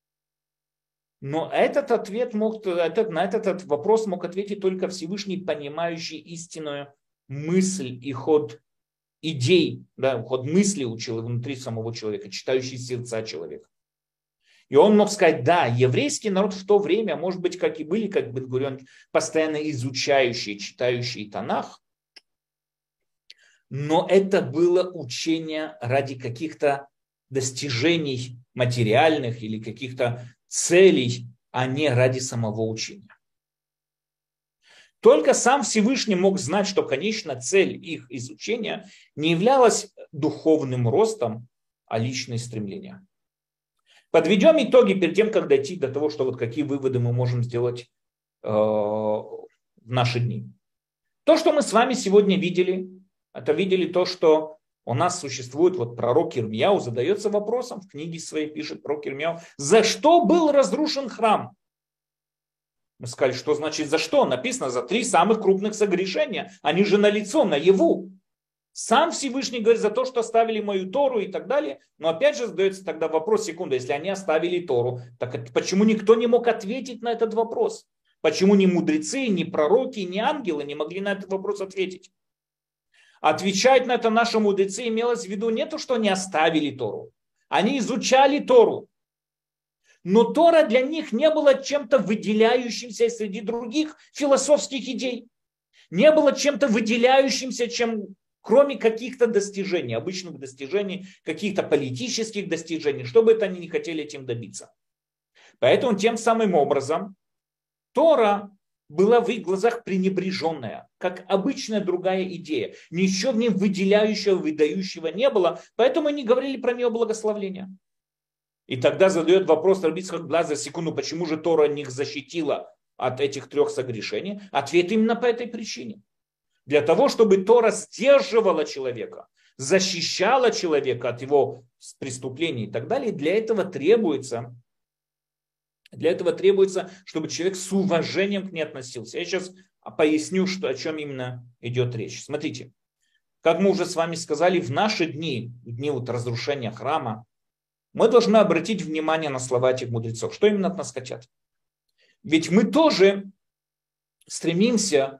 Но на этот вопрос мог ответить только Всевышний, понимающий истинную мысль и ход идей, да, ход мысли внутри самого человека, читающий сердца человека. И он мог сказать, да, еврейский народ в то время, может быть, как и были, как Бен-Гурион, постоянно изучающие, читающие Танах, но это было учение ради каких-то достижений материальных или каких-то целей, а не ради самого учения. Только сам Всевышний мог знать, что, конечно, цель их изучения не являлась духовным ростом, а личные стремления. Подведем итоги перед тем, как дойти до того, что вот какие выводы мы можем сделать в наши дни. То, что мы с вами сегодня видели, это видели то, что у нас существует вот пророк Ирмияу, задается вопросом, в книге своей пишет пророк Ирмияу, за что был разрушен храм? Мы сказали, что значит за что? Написано за 3 самых крупных согрешения. Они же налицо, наяву. Сам Всевышний говорит за то, что оставили мою Тору и так далее. Но опять же задается тогда вопрос, секунду, если они оставили Тору, так почему никто не мог ответить на этот вопрос? Почему ни мудрецы, ни пророки, ни ангелы не могли на этот вопрос ответить? Отвечать на это наши мудрецы имелось в виду не то, что они оставили Тору. Они изучали Тору. Но Тора для них не была чем-то выделяющимся среди других философских идей. Не было чем-то выделяющимся, кроме каких-то достижений, обычных достижений, каких-то политических достижений, что бы это они не хотели этим добиться. Поэтому тем самым образом Тора была в их глазах пренебреженная, как обычная другая идея. Ничего в ней выделяющего, выдающего не было, поэтому они говорили про нее благословление. И тогда задает вопрос Раби Ицхак Блазер, секунду, почему же Тора них защитила от этих 3 согрешений? Ответ именно по этой причине. Для того, чтобы Тора сдерживала человека, защищала человека от его преступлений и так далее, для этого требуется, чтобы человек с уважением к ней относился. Я сейчас поясню, о чем именно идет речь. Смотрите, как мы уже с вами сказали, в наши дни вот разрушения храма, мы должны обратить внимание на слова этих мудрецов. Что именно от нас хотят? Ведь мы тоже стремимся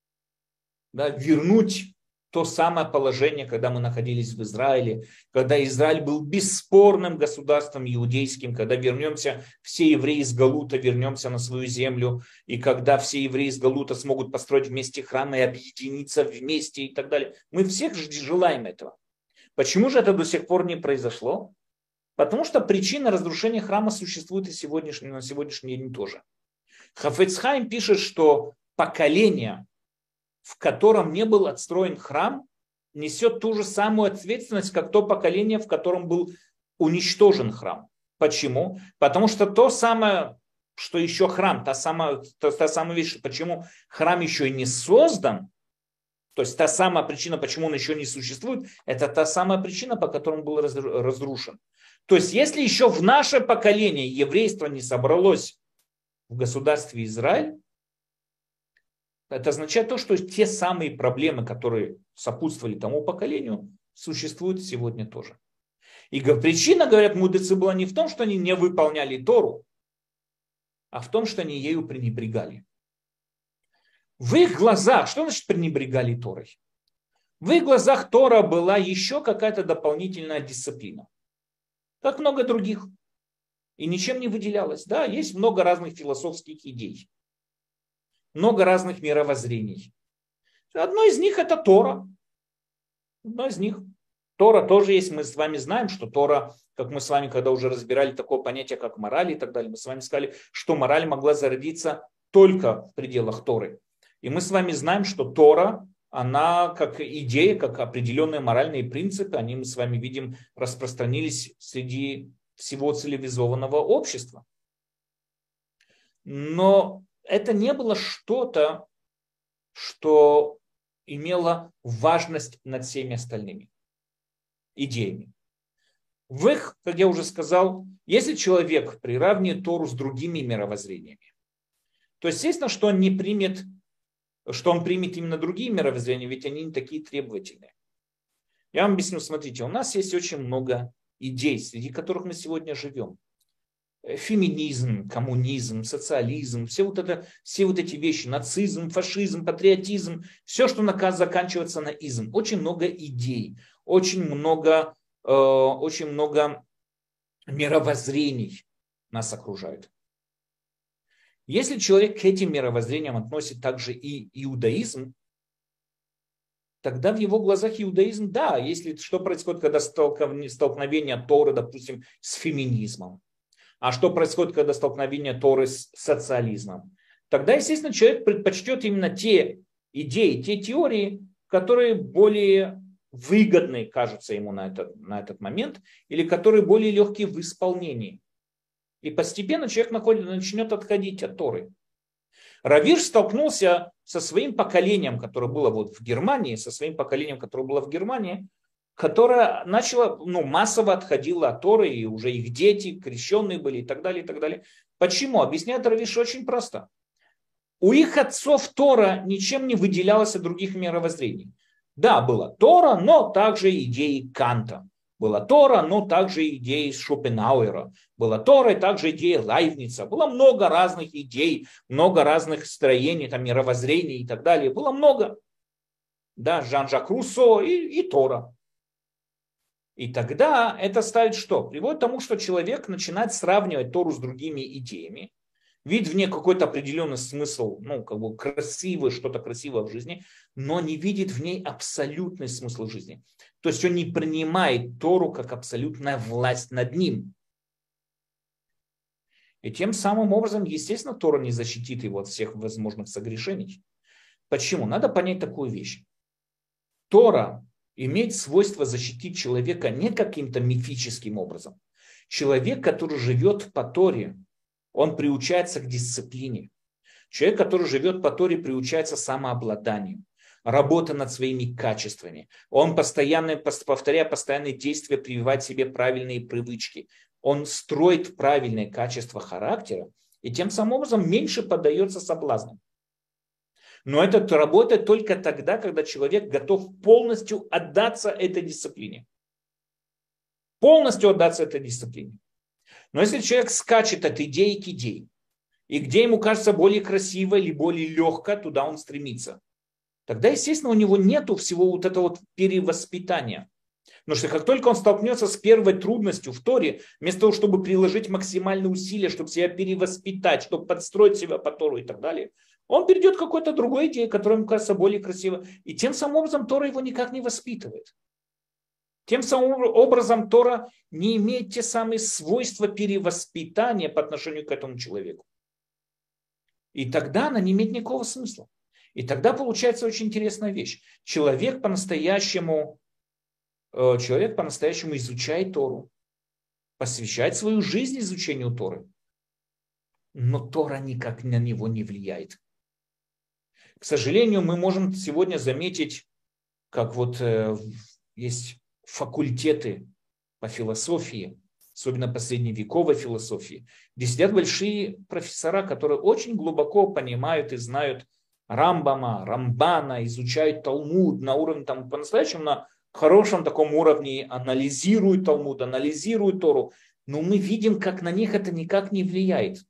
вернуть то самое положение, когда мы находились в Израиле, когда Израиль был бесспорным государством иудейским, когда вернемся, все евреи из Галута вернемся на свою землю, и когда все евреи из Галута смогут построить вместе храмы и объединиться вместе и так далее. Мы всех желаем этого. Почему же это до сих пор не произошло? Потому что причина разрушения храма существует и на сегодняшний день тоже. Хафец Хаим пишет, что поколение, в котором не был отстроен храм, несет ту же самую ответственность, как то поколение, в котором был уничтожен храм. Почему? Потому что то самое, что еще храм, та самая вещь, почему храм еще и не создан, то есть та самая причина, почему он еще не существует, это та самая причина, по которой он был разрушен. То есть если еще в наше поколение еврейство не собралось в государстве Израиль, Это означает то, что те самые проблемы, которые сопутствовали тому поколению, существуют сегодня тоже. И причина, говорят мудрецы, была не в том, что они не выполняли Тору, а в том, что они ею пренебрегали. В их глазах, что значит пренебрегали Торой? В их глазах Тора была еще какая-то дополнительная дисциплина, как много других, и ничем не выделялась. Да, есть много разных философских идей, много разных мировоззрений. Одно из них это Тора. Одно из них. Тора тоже есть, мы с вами знаем, что Тора, как мы с вами, когда уже разбирали такое понятие, как мораль и так далее, мы с вами сказали, что мораль могла зародиться только в пределах Торы. И мы с вами знаем, что Тора, она как идея, как определенные моральные принципы, они, мы с вами видим, распространились среди всего цивилизованного общества. Но это не было что-то, что имело важность над всеми остальными идеями. В их, как я уже сказал, если человек приравнивает Тору с другими мировоззрениями, то естественно, что он не примет, что он примет именно другие мировоззрения, ведь они не такие требовательные. Я вам объясню, смотрите, у нас есть очень много идей, среди которых мы сегодня живем. Феминизм, коммунизм, социализм, все вот эти вещи, нацизм, фашизм, патриотизм, все, что заканчивается на изм. Очень много идей, очень много мировоззрений нас окружают. Если человек к этим мировоззрениям относит также и иудаизм, тогда в его глазах иудаизм, да, если что происходит, когда столкновение Торы, допустим, с феминизмом, а что происходит, когда столкновение Торы с социализмом, тогда, естественно, человек предпочтет именно те идеи, те теории, которые более выгодны, кажутся ему на этот момент, или которые более легкие в исполнении. И постепенно человек начнет отходить от Торы. Рав Ирш столкнулся со своим поколением, которое было вот в Германии, которое начало, массово отходило от Торы, и уже их дети, крещенные были и так далее, и так далее. Почему? Объясняет Рав Ирш очень просто. У их отцов Тора ничем не выделялась от других мировоззрений. Да, была Тора, но также идеи Канта. Была Тора, но также идеи Шопенгауэра. Была Тора, и также идеи Лайбница. Было много разных идей, много разных строений, там, мировоззрений и так далее. Было много. Да, Жан-Жак Руссо и Тора. И тогда это ставит что? Приводит к тому, что человек начинает сравнивать Тору с другими идеями, видит в ней какой-то определенный смысл, красивый, что-то красивое в жизни, но не видит в ней абсолютный смысл жизни. То есть он не принимает Тору как абсолютная власть над ним. И тем самым образом, естественно, Тора не защитит его от всех возможных согрешений. Почему? Надо понять такую вещь. Тора имеет свойство защитить человека не каким-то мифическим образом. Человек, который живет по Торе, он приучается к дисциплине. Человек, который живет по Торе, приучается к самообладанию, работа над своими качествами. Он постоянно, повторяя постоянные действия, прививает себе правильные привычки. Он строит правильные качества характера и тем самым образом меньше поддается соблазнам. Но это работает только тогда, когда человек готов полностью отдаться этой дисциплине. Полностью отдаться этой дисциплине. Но если человек скачет от идеи к идее, и где ему кажется более красиво или более легко, туда он стремится, тогда, естественно, у него нету всего вот этого вот перевоспитания. Потому что как только он столкнется с первой трудностью в Торе, вместо того, чтобы приложить максимальные усилия, чтобы себя перевоспитать, чтобы подстроить себя по Тору и так далее, он перейдет к какой-то другой идее, которая ему кажется более красивой. И тем самым образом Тора его никак не воспитывает. Тем самым образом Тора не имеет те самые свойства перевоспитания по отношению к этому человеку. И тогда она не имеет никакого смысла. И тогда получается очень интересная вещь. Человек по-настоящему изучает Тору, посвящает свою жизнь изучению Торы, но Тора никак на него не влияет. К сожалению, мы можем сегодня заметить, как вот есть факультеты по философии, особенно по средневековой философии, где сидят большие профессора, которые очень глубоко понимают и знают Рамбама, Рамбана, изучают Талмуд на уровне, там, по-настоящему на хорошем таком уровне, анализируют Талмуд, анализируют Тору, но мы видим, как на них это никак не влияет.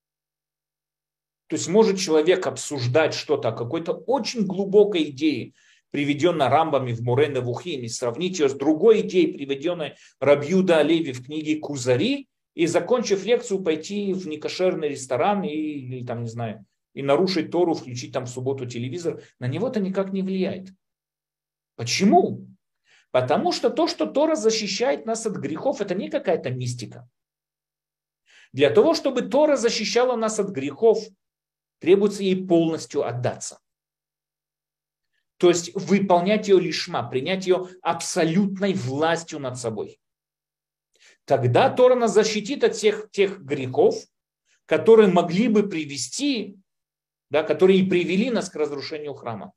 То есть может человек обсуждать что-то, какой-то очень глубокой идеи, приведенной Рамбами в Море Невухим, и сравнить ее с другой идеей, приведенной Раби Юда Алеви в книге Кузари, и, закончив лекцию, пойти в некошерный ресторан или там, не знаю, и нарушить Тору, включить там в субботу телевизор, на него это никак не влияет. Почему? Потому что то, что Тора защищает нас от грехов, это не какая-то мистика. Для того, чтобы Тора защищала нас от грехов, требуется ей полностью отдаться. То есть выполнять ее лишма, принять ее абсолютной властью над собой. Тогда Тора нас защитит от всех тех грехов, которые могли бы привести, да, которые и привели нас к разрушению храма.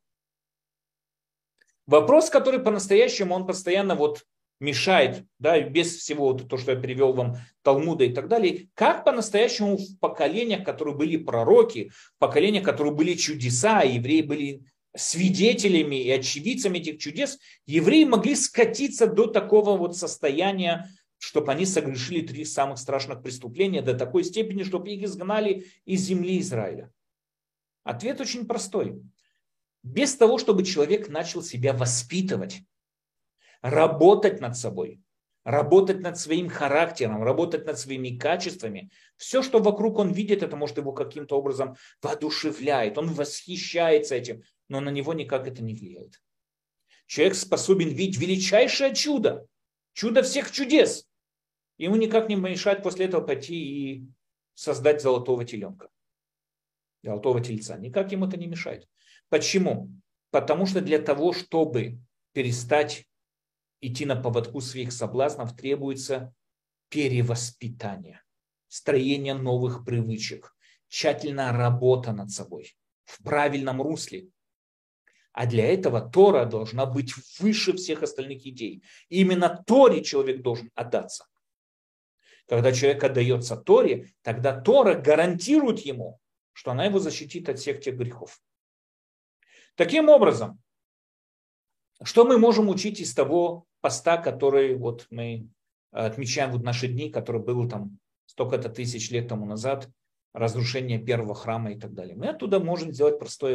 Вопрос, который по-настоящему, он постоянно вот мешает, да, без всего вот то, что я привел вам Талмуда и так далее, как по-настоящему в поколениях, которые были пророки, в поколениях, которые были чудеса, евреи были свидетелями и очевидцами этих чудес, евреи могли скатиться до такого вот состояния, чтобы они согрешили 3 самых страшных преступления до такой степени, чтобы их изгнали из земли Израиля. Ответ очень простой. Без того, чтобы человек начал себя воспитывать, работать над собой, работать над своим характером, работать над своими качествами, все, что вокруг он видит, это может его каким-то образом воодушевляет, он восхищается этим, но на него никак это не влияет. Человек способен видеть величайшее чудо, чудо всех чудес. Ему никак не мешает после этого пойти и создать золотого теленка, золотого тельца. Никак ему это не мешает. Почему? Потому что для того, чтобы перестать идти на поводку своих соблазнов, требуется перевоспитание, строение новых привычек, тщательная работа над собой в правильном русле. А для этого Тора должна быть выше всех остальных идей. И именно Торе человек должен отдаться. Когда человек отдается Торе, тогда Тора гарантирует ему, что она его защитит от всех тех грехов. Таким образом, что мы можем учить из того поста, который вот мы отмечаем в наши дни, который был там столько-то тысяч лет тому назад, разрушение первого храма и так далее. Мы оттуда можем сделать простой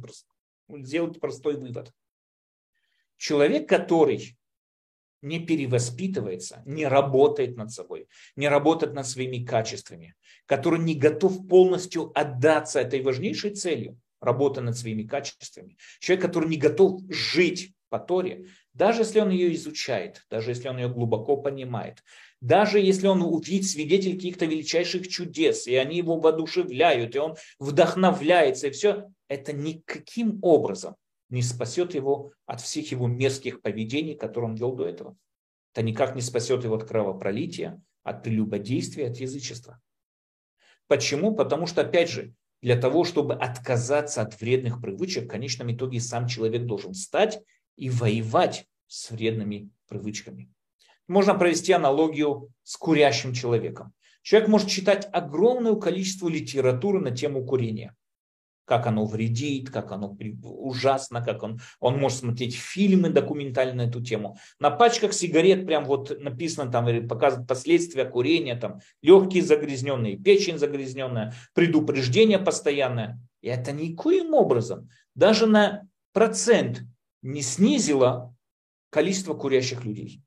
вывод. Человек, который не перевоспитывается, не работает над собой, не работает над своими качествами, который не готов полностью отдаться этой важнейшей целью, работа над своими качествами, человек, который не готов жить по Торе, даже если он ее изучает, даже если он ее глубоко понимает, даже если он увидит свидетель каких-то величайших чудес, и они его воодушевляют, и он вдохновляется, и все, это никаким образом не спасет его от всех его мерзких поведений, которые он вел до этого. Это никак не спасет его от кровопролития, от прелюбодействия, от язычества. Почему? Потому что, опять же, для того, чтобы отказаться от вредных привычек, в конечном итоге сам человек должен встать и воевать с вредными привычками. Можно провести аналогию с курящим человеком. Человек может читать огромное количество литературы на тему курения. Как оно вредит, как оно ужасно, как он может смотреть фильмы документальные на эту тему. На пачках сигарет прям вот написано, там показывают последствия курения, там легкие загрязненные, печень загрязненная, предупреждение постоянное. И это никоим образом даже на процент не снизило количество курящих людей.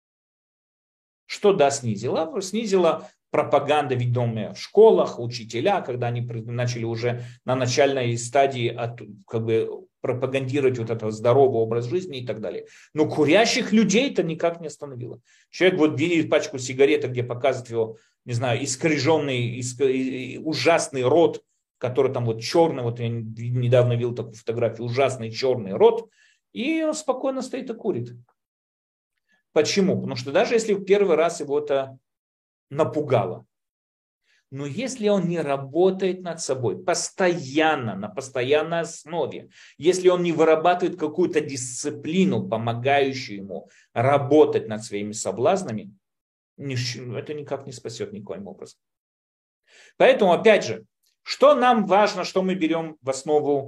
Что да, снизило? Снизило пропаганда, ведомая в школах, учителя, когда они начали уже на начальной стадии пропагандировать вот этот здоровый образ жизни и так далее. Но курящих людей это никак не остановило. Человек вот видит пачку сигарет, где показывает его, не знаю, искаженный, ужасный рот, который там вот черный, вот я недавно видел такую фотографию, ужасный черный рот, и он спокойно стоит и курит. Почему? Потому что даже если в первый раз его это напугало, но если он не работает над собой постоянно, на постоянной основе, если он не вырабатывает какую-то дисциплину, помогающую ему работать над своими соблазнами, это никак не спасет никоим образом. Поэтому, опять же, что нам важно, что мы берем в основу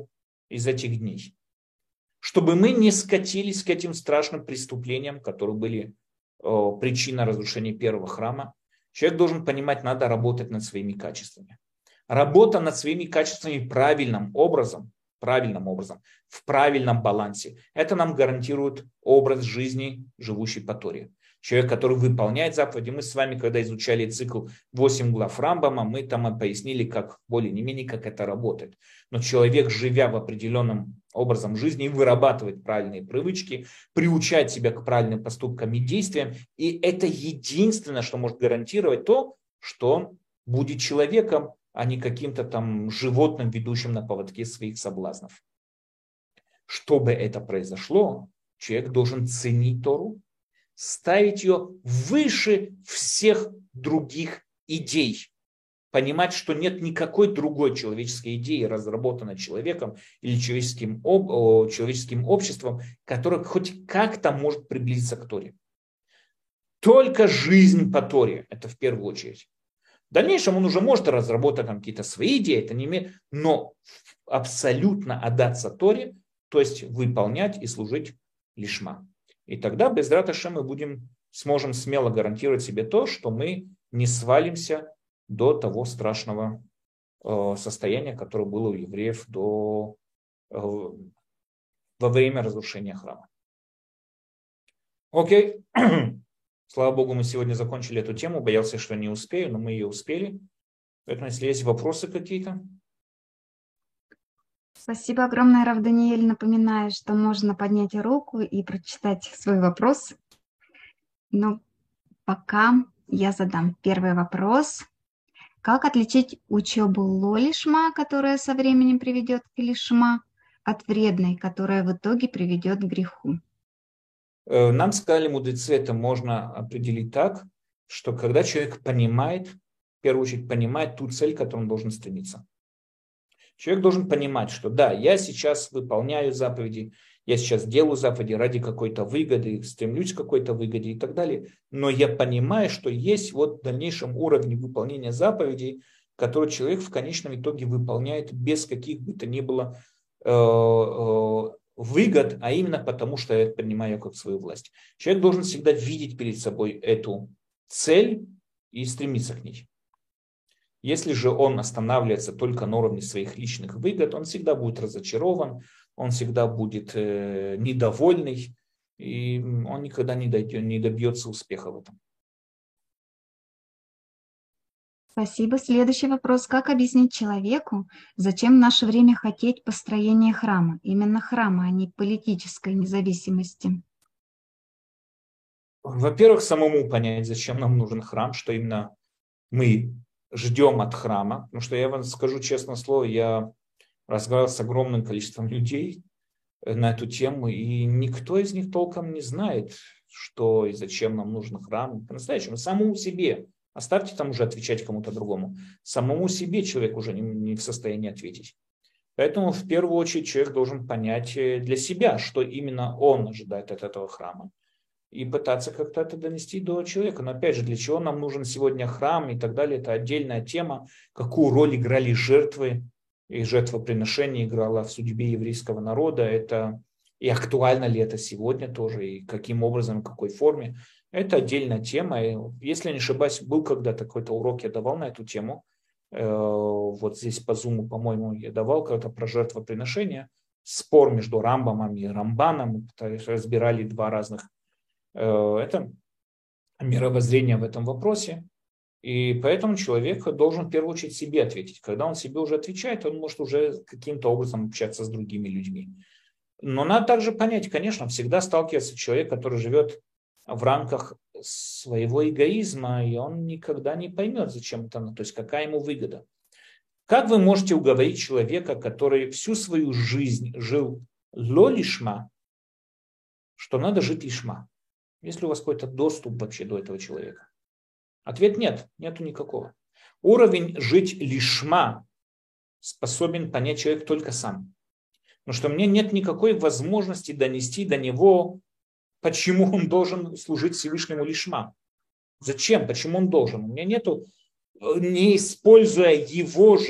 из этих дней. Чтобы мы не скатились к этим страшным преступлениям, которые были причиной разрушения первого храма, человек должен понимать, надо работать над своими качествами. Работа над своими качествами правильным образом, в правильном балансе, это нам гарантирует образ жизни, живущий по Торе. Человек, который выполняет заповеди. Мы с вами, когда изучали цикл 8 глав Рамбама, мы там пояснили, как более не менее, как это работает. Но человек, живя в определенном образом жизни, вырабатывает правильные привычки, приучает себя к правильным поступкам и действиям. И это единственное, что может гарантировать то, что он будет человеком, а не каким-то там животным, ведущим на поводке своих соблазнов. Чтобы это произошло, человек должен ценить Тору, ставить ее выше всех других идей. Понимать, что нет никакой другой человеческой идеи, разработанной человеком или человеческим обществом, которая хоть как-то может приблизиться к Торе. Только жизнь по Торе, это в первую очередь. В дальнейшем он уже может разработать там какие-то свои идеи, это не имеет, но абсолютно отдаться Торе, то есть выполнять и служить лишма. И тогда без Рат Ашем мы сможем смело гарантировать себе то, что мы не свалимся до того страшного состояния, которое было у евреев во время разрушения храма. Окей. Слава Богу, мы сегодня закончили эту тему. Боялся, что не успею, но мы ее успели. Поэтому, если есть вопросы какие-то. Спасибо огромное, Рав Даниэль. Напоминаю, что можно поднять руку и прочитать свой вопрос. Но пока я задам первый вопрос. Как отличить учебу лолишма, которая со временем приведет к лишма, от вредной, которая в итоге приведет к греху? Нам сказали мудрецы, это можно определить так, что когда человек понимает, в первую очередь понимает ту цель, к которой он должен стремиться. Человек должен понимать, что да, я сейчас выполняю заповеди, я сейчас делаю заповеди ради какой-то выгоды, стремлюсь к какой-то выгоде и так далее, но я понимаю, что есть вот в дальнейшем уровне выполнения заповедей, который человек в конечном итоге выполняет без каких бы то ни было выгод, а именно потому, что я принимаю ее как свою власть. Человек должен всегда видеть перед собой эту цель и стремиться к ней. Если же он останавливается только на уровне своих личных выгод, он всегда будет разочарован, он всегда будет недовольный, и он никогда не добьется успеха в этом. Спасибо. Следующий вопрос. Как объяснить человеку, зачем в наше время хотеть построения храма? Именно храма, а не политической независимости. Во-первых, самому понять, зачем нам нужен храм, что именно мы ждем от храма. Потому что я вам скажу честное слово, я разговаривал с огромным количеством людей на эту тему, и никто из них толком не знает, что и зачем нам нужен храм. По-настоящему, самому себе. Оставьте там уже отвечать кому-то другому. Самому себе человек уже не в состоянии ответить. Поэтому в первую очередь человек должен понять для себя, что именно он ожидает от этого храма. И пытаться как-то это донести до человека. Но опять же, для чего нам нужен сегодня храм и так далее, это отдельная тема. Какую роль играли жертвы и жертвоприношение играло в судьбе еврейского народа. Это и актуально ли это сегодня тоже, и каким образом, в какой форме. Это отдельная тема. И, если я не ошибаюсь, был когда-то какой-то урок, я давал на эту тему. Вот здесь по Зуму, по-моему, я давал когда-то про жертвоприношение. Спор между Рамбамом и Рамбаном. Разбирали два разных это мировоззрение в этом вопросе. И поэтому человек должен в первую очередь себе ответить. Когда он себе уже отвечает, он может уже каким-то образом общаться с другими людьми. Но надо также понять, конечно, всегда сталкивается человек, который живет в рамках своего эгоизма, и он никогда не поймет, зачем это, то есть какая ему выгода. Как вы можете уговорить человека, который всю свою жизнь жил ло-лишма, что надо жить лишма? Есть ли у вас какой-то доступ вообще до этого человека? Ответ нет, нету никакого. Уровень жить лишма способен понять человек только сам. Потому что мне нет никакой возможности донести до него, почему он должен служить Всевышнему лишма. Зачем? Почему он должен? У меня нету, не используя его же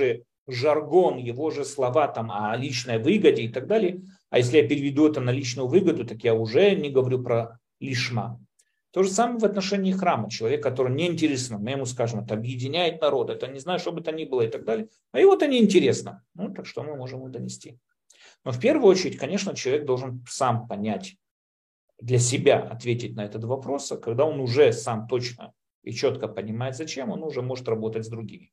жаргон, его же слова там о личной выгоде и так далее. А если я переведу это на личную выгоду, так я уже не говорю про лишма. То же самое в отношении храма. Человек, который не интересно, мы ему скажем, это объединяет народ, это не знаю, что бы то ни было и так далее. А его это не интересно. Ну, так что мы можем ему донести? Но в первую очередь, конечно, человек должен сам понять, для себя ответить на этот вопрос, а когда он уже сам точно и четко понимает, зачем, он уже может работать с другими.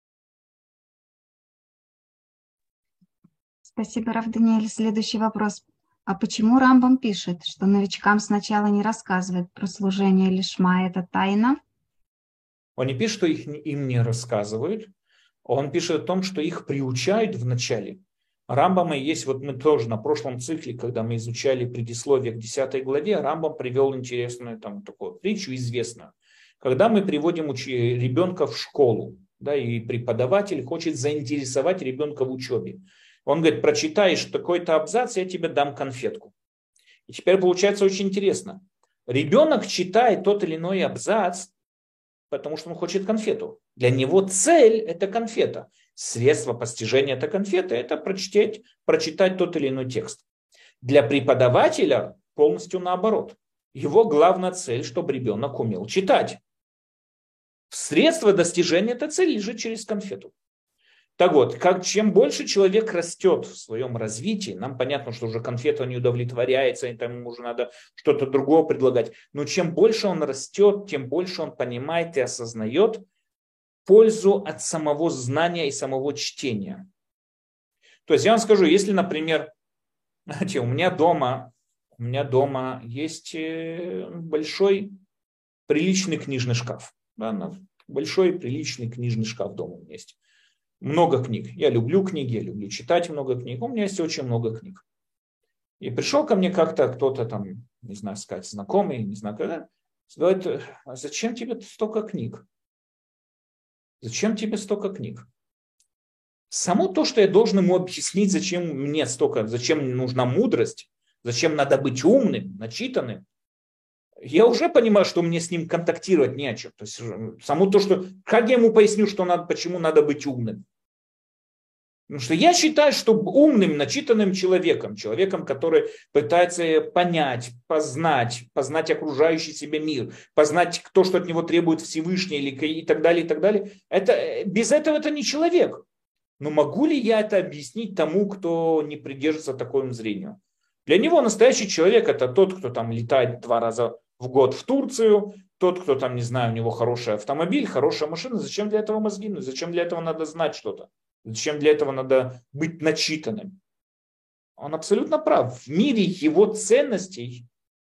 Спасибо, Рав Даниэль. Следующий вопрос. А почему Рамбам пишет, что новичкам сначала не рассказывает про служение лишма, это тайна? Он не пишет, что им не рассказывают, он пишет о том, что их приучают в начале. Рамбама есть, вот мы тоже на прошлом цикле, когда мы изучали предисловие к 10 главе, Рамбам привел интересную там такую притчу, известную. Когда мы приводим ребенка в школу, да, и преподаватель хочет заинтересовать ребенка в учебе. Он говорит, прочитаешь такой-то абзац, я тебе дам конфетку. И теперь получается очень интересно. Ребенок читает тот или иной абзац, потому что он хочет конфету. Для него цель – это конфета. Средство постижения этой конфеты – это прочитать тот или иной текст. Для преподавателя полностью наоборот. Его главная цель, чтобы ребенок умел читать. Средство достижения этой цели лежит через конфету. Так вот, чем больше человек растет в своем развитии, нам понятно, что уже конфета не удовлетворяется, и там ему уже надо что-то другое предлагать. Но чем больше он растет, тем больше он понимает и осознает пользу от самого знания и самого чтения. То есть я вам скажу, если, например, знаете, у меня дома есть большой приличный книжный шкаф. Да, большой приличный книжный шкаф дома у меня есть. Много книг. Я люблю книги, я люблю читать много книг. У меня есть очень много книг. И пришел ко мне как-то кто-то там, не знаю, сказать, знакомый, не знаю когда, говорит, а зачем тебе столько книг? Зачем тебе столько книг? Само то, что я должен ему объяснить, зачем мне нужна мудрость, зачем надо быть умным, начитанным, я уже понимаю, что мне с ним контактировать не о чем. То есть само то, что... Как я ему поясню, почему надо быть умным? Потому что я считаю, что умным, начитанным человеком, который пытается понять, познать окружающий себя мир, познать то, что от него требует Всевышний и так далее, без этого это не человек. Но могу ли я это объяснить тому, кто не придерживается такому зрению? Для него настоящий человек – это тот, кто там летает 2 раза в год в Турцию, тот, кто там, не знаю, у него хороший автомобиль, хорошая машина. Зачем для этого мозги? Зачем для этого надо знать что-то? Зачем для этого надо быть начитанным? Он абсолютно прав. В мире его ценностей,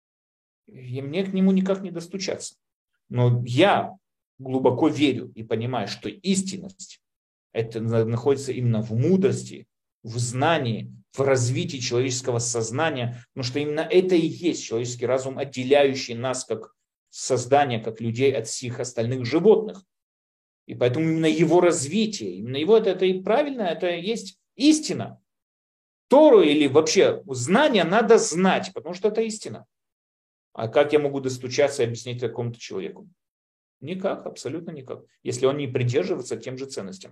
и мне к нему никак не достучаться. Но я глубоко верю и понимаю, что истинность это находится именно в мудрости, в знании, в развитии человеческого сознания, потому что именно это и есть человеческий разум, отделяющий нас как создание, как людей от всех остальных животных. И поэтому именно его развитие, именно его это и правильно, это и есть истина. Тору или вообще знания надо знать, потому что это истина. А как я могу достучаться и объяснить какому-то человеку? Никак, абсолютно никак. Если он не придерживается тем же ценностям.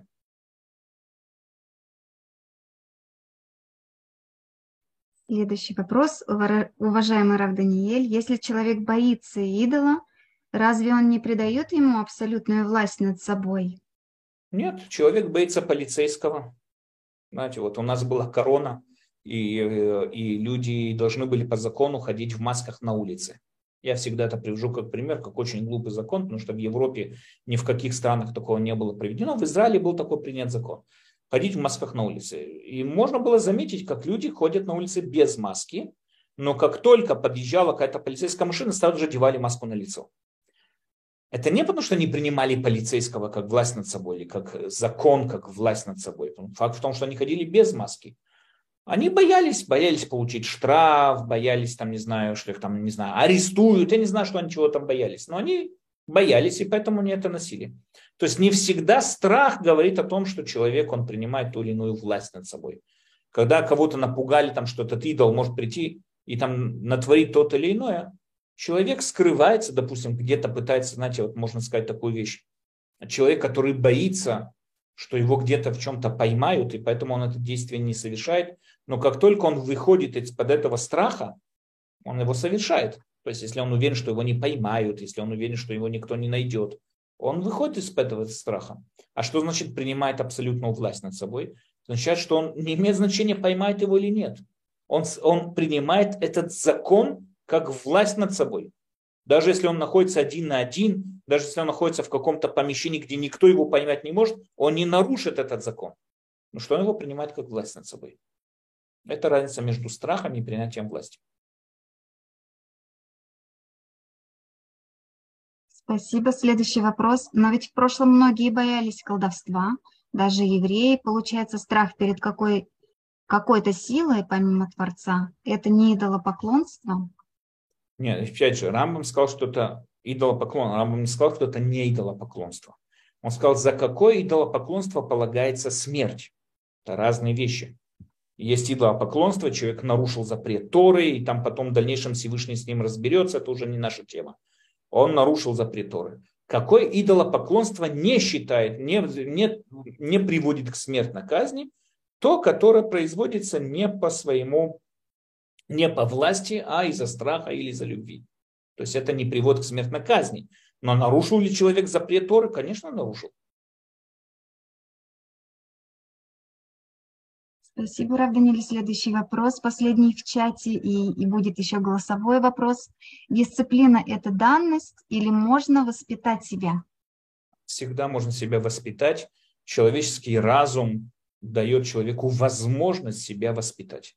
Следующий вопрос. Уважаемый Рав Даниэль, если человек боится идола, разве он не придает ему абсолютную власть над собой? Нет, человек боится полицейского. Знаете, вот у нас была корона, и люди должны были по закону ходить в масках на улице. Я всегда это привожу как пример, как очень глупый закон, потому что в Европе ни в каких странах такого не было проведено. В Израиле был такой принят закон. Ходить в масках на улице. И можно было заметить, как люди ходят на улице без маски, но как только подъезжала какая-то полицейская машина, сразу же одевали маску на лицо. Это не потому, что они принимали полицейского как власть над собой, или как закон, как власть над собой. Факт в том, что они ходили без маски. Они боялись получить штраф, боялись, там, не знаю, что их там, не знаю, арестуют. Я не знаю, что они чего там боялись. Но они боялись, и поэтому они это носили. То есть не всегда страх говорит о том, что человек, он принимает ту или иную власть над собой. Когда кого-то напугали, там, что этот идол может прийти и там натворить то-то или иное, человек скрывается, допустим, где-то пытается, знаете, вот можно сказать такую вещь. Человек, который боится, что его где-то в чем-то поймают, и поэтому он это действие не совершает. Но как только он выходит из-под этого страха, он его совершает. То есть, если он уверен, что его не поймают, если он уверен, что его никто не найдет, он выходит из этого страха. А что значит принимает абсолютную власть над собой? Означает, что он не имеет значения, поймает его или нет. Он принимает этот закон как власть над собой. Даже если он находится один на один, даже если он находится в каком-то помещении, где никто его поймать не может, он не нарушит этот закон. Но что он его принимает как власть над собой. Это разница между страхом и принятием власти. Спасибо. Следующий вопрос. Но ведь в прошлом многие боялись колдовства, даже евреи. Получается, страх перед какой-то силой, помимо Творца, это не идолопоклонство? Нет, опять же, Рамбам сказал, что это идолопоклонство. Рамбам не сказал, что это не идолопоклонство. Он сказал, за какое идолопоклонство полагается смерть. Это разные вещи. Есть идолопоклонство, человек нарушил запрет Торы, и там потом в дальнейшем Всевышний с ним разберется, это уже не наша тема. Он нарушил запрет Торы. Какое идолопоклонство не считает, не приводит к смертной казни, то, которое производится не по своему, не по власти, а из-за страха или из-за любви. То есть это не приводит к смертной казни. Но нарушил ли человек запрет Торы? Конечно, нарушил. Спасибо, Рав Даниэль. Следующий вопрос, последний в чате, и будет еще голосовой вопрос. Дисциплина – это данность или можно воспитать себя? Всегда можно себя воспитать. Человеческий разум дает человеку возможность себя воспитать.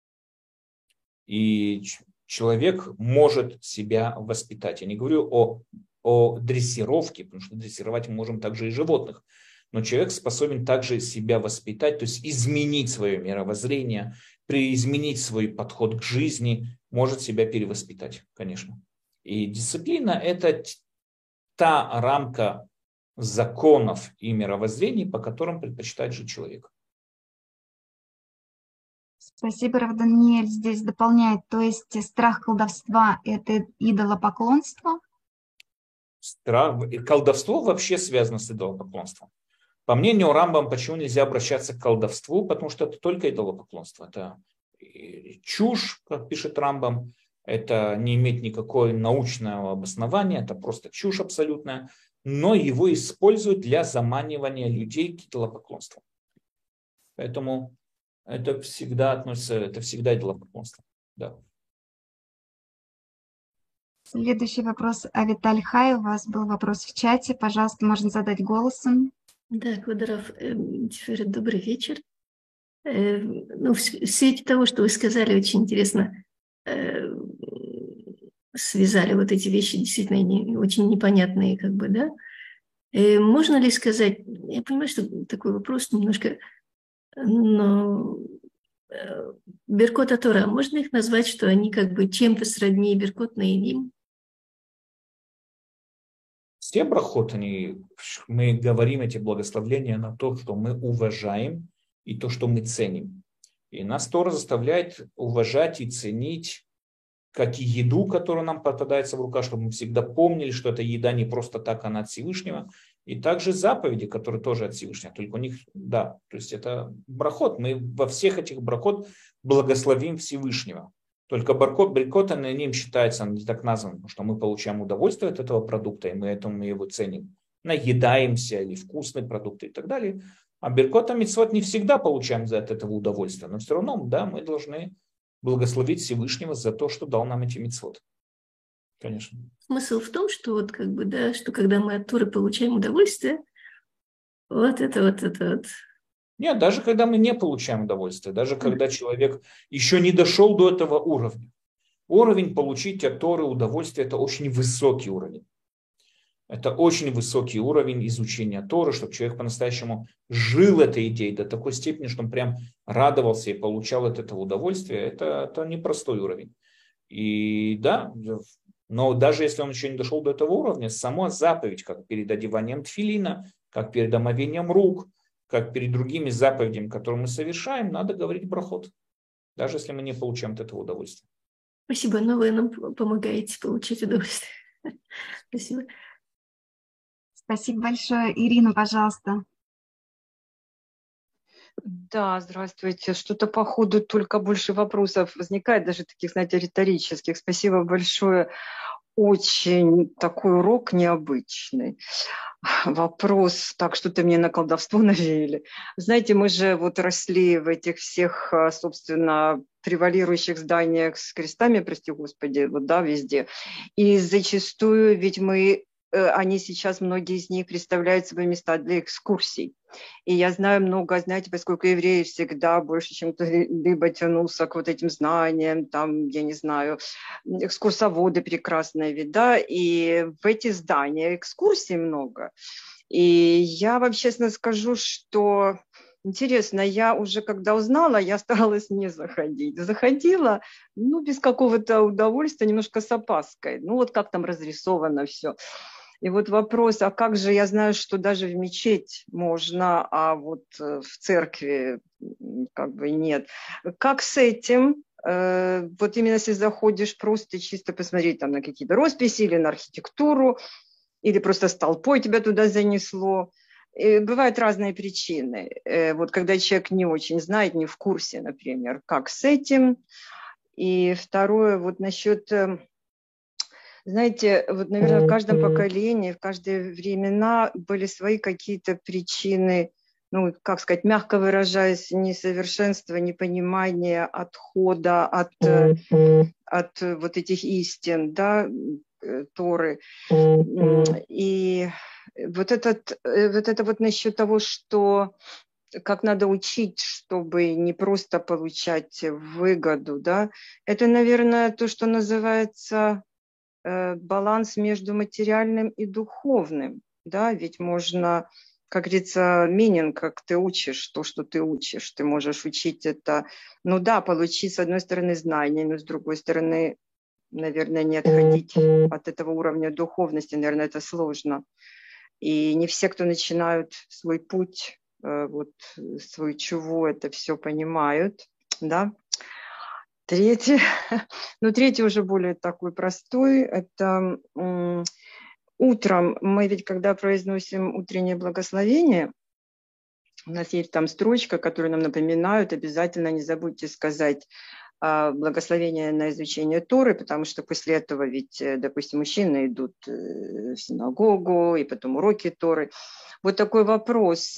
И человек может себя воспитать. Я не говорю о дрессировке, потому что дрессировать мы можем также и животных. Но человек способен также себя воспитать, то есть изменить свое мировоззрение, изменить свой подход к жизни, может себя перевоспитать, конечно. И дисциплина – это та рамка законов и мировоззрений, по которым предпочитает жить человек. Спасибо, Рав Даниэль здесь дополняет. То есть страх колдовства – это идолопоклонство? Колдовство вообще связано с идолопоклонством. По мнению Рамбам, почему нельзя обращаться к колдовству? Потому что это только идолопоклонство. Это чушь, как пишет Рамбам. Это не имеет никакого научного обоснования. Это просто чушь абсолютная. Но его используют для заманивания людей к идолопоклонству. Поэтому это всегда относится, это всегда идолопоклонство. Да. Следующий вопрос. Авиталь Хай, у вас был вопрос в чате. Пожалуйста, можно задать голосом. Да, Квадров, добрый вечер. Ну, в свете того, что вы сказали, очень интересно связали вот эти вещи, действительно очень непонятные, как бы, да. Можно ли сказать, я понимаю, что такой вопрос немножко, но Беркот Тора, можно их назвать, что они как бы чем-то сродни Беркот Наилим? Все брахот, мы говорим эти благословления на то, что мы уважаем и то, что мы ценим. И нас Тора заставляет уважать и ценить как и еду, которая нам попадается в руках, чтобы мы всегда помнили, что эта еда не просто так, она от Всевышнего. И также заповеди, которые тоже от Всевышнего. Только у них, да, то есть это брахот. Мы во всех этих брахот благословим Всевышнего. Только брикот на ним считается, он не так назван, потому что мы получаем удовольствие от этого продукта, и мы его ценим. Наедаемся, или вкусные продукты и так далее. А беркот мицвот не всегда получаем от этого удовольствия. Но все равно, да, мы должны благословить Всевышнего за то, что дал нам эти мицвот. Конечно. Смысл в том, что вот как бы, да, что когда мы от Торы получаем удовольствие, вот это. Нет, даже когда мы не получаем удовольствие, даже когда человек еще не дошел до этого уровня. Уровень получить от Торы удовольствие – это очень высокий уровень. Это очень высокий уровень изучения Торы, чтобы человек по-настоящему жил этой идеей до такой степени, что он прям радовался и получал от этого удовольствие. Это непростой уровень. И да, но даже если он еще не дошел до этого уровня, сама заповедь, как перед одеванием тфилина, как перед омовением рук, как перед другими заповедями, которые мы совершаем, надо говорить брахот, даже если мы не получаем от этого удовольствия. Спасибо, но вы нам помогаете получить удовольствие. Спасибо. Спасибо большое. Ирина, пожалуйста. Да, здравствуйте. Что-то по ходу только больше вопросов возникает, даже таких, знаете, риторических. Спасибо большое. Очень такой урок необычный. Вопрос, так, что-то мне на колдовство навеяли. Знаете, мы же вот росли в этих всех, собственно, превалирующих зданиях с крестами, прости господи, вот да, везде. И зачастую ведь они сейчас, многие из них представляют собой места для экскурсий. И я знаю много, знаете, поскольку евреи всегда больше, чем кто-либо тянулся к вот этим знаниям, там, я не знаю, экскурсоводы прекрасная ведь, да, и в эти здания экскурсий много. И я вам честно скажу, что интересно, я уже когда узнала, я старалась не заходить. Заходила, ну, без какого-то удовольствия, немножко с опаской. Ну, вот как там разрисовано все. И вот вопрос, а как же, я знаю, что даже в мечеть можно, а вот в церкви как бы нет. Как с этим? Вот именно если заходишь просто чисто посмотреть там на какие-то росписи или на архитектуру, или просто с толпой тебя туда занесло. И бывают разные причины. Вот когда человек не очень знает, не в курсе, например, как с этим. И второе, вот насчет... Знаете, вот, наверное, в каждом поколении, в каждые времена были свои какие-то причины, ну, как сказать, мягко выражаясь, несовершенства, непонимания, отхода от вот этих истин, да, Торы. И вот это вот насчет того, что как надо учить, чтобы не просто получать выгоду, да, это, наверное, то, что называется баланс между материальным и духовным, да, ведь можно, как говорится, мининг, как ты учишь то, что ты учишь, ты можешь учить это, ну да, получить с одной стороны знания, но с другой стороны, наверное, не отходить от этого уровня духовности, наверное, это сложно. И не все, кто начинают свой путь, вот свой чего, это все понимают, да. Третий, ну третий уже более такой простой, это утром мы ведь, когда произносим утреннее благословение, у нас есть там строчка, которую нам напоминают, обязательно не забудьте сказать благословение на изучение Торы, потому что после этого ведь, допустим, мужчины идут в синагогу, и потом уроки Торы. Вот такой вопрос.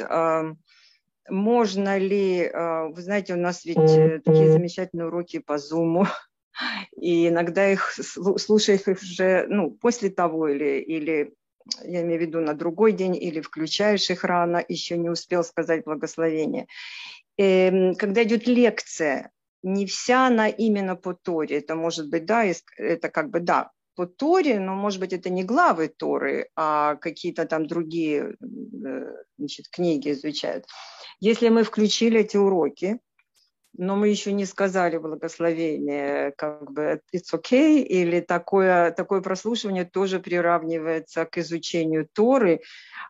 Можно ли, вы знаете, у нас ведь такие замечательные уроки по Zoom, и иногда их слушаешь уже, ну, после того или я имею в виду на другой день, или включаешь их рано, еще не успел сказать благословение. Когда идет лекция, не вся она именно по Торе, это может быть, да, это как бы, да, по Торе, но, может быть, это не главы Торы, а какие-то там другие, значит, книги изучают. Если мы включили эти уроки, но мы еще не сказали благословение, как бы it's okay, или такое прослушивание тоже приравнивается к изучению Торы,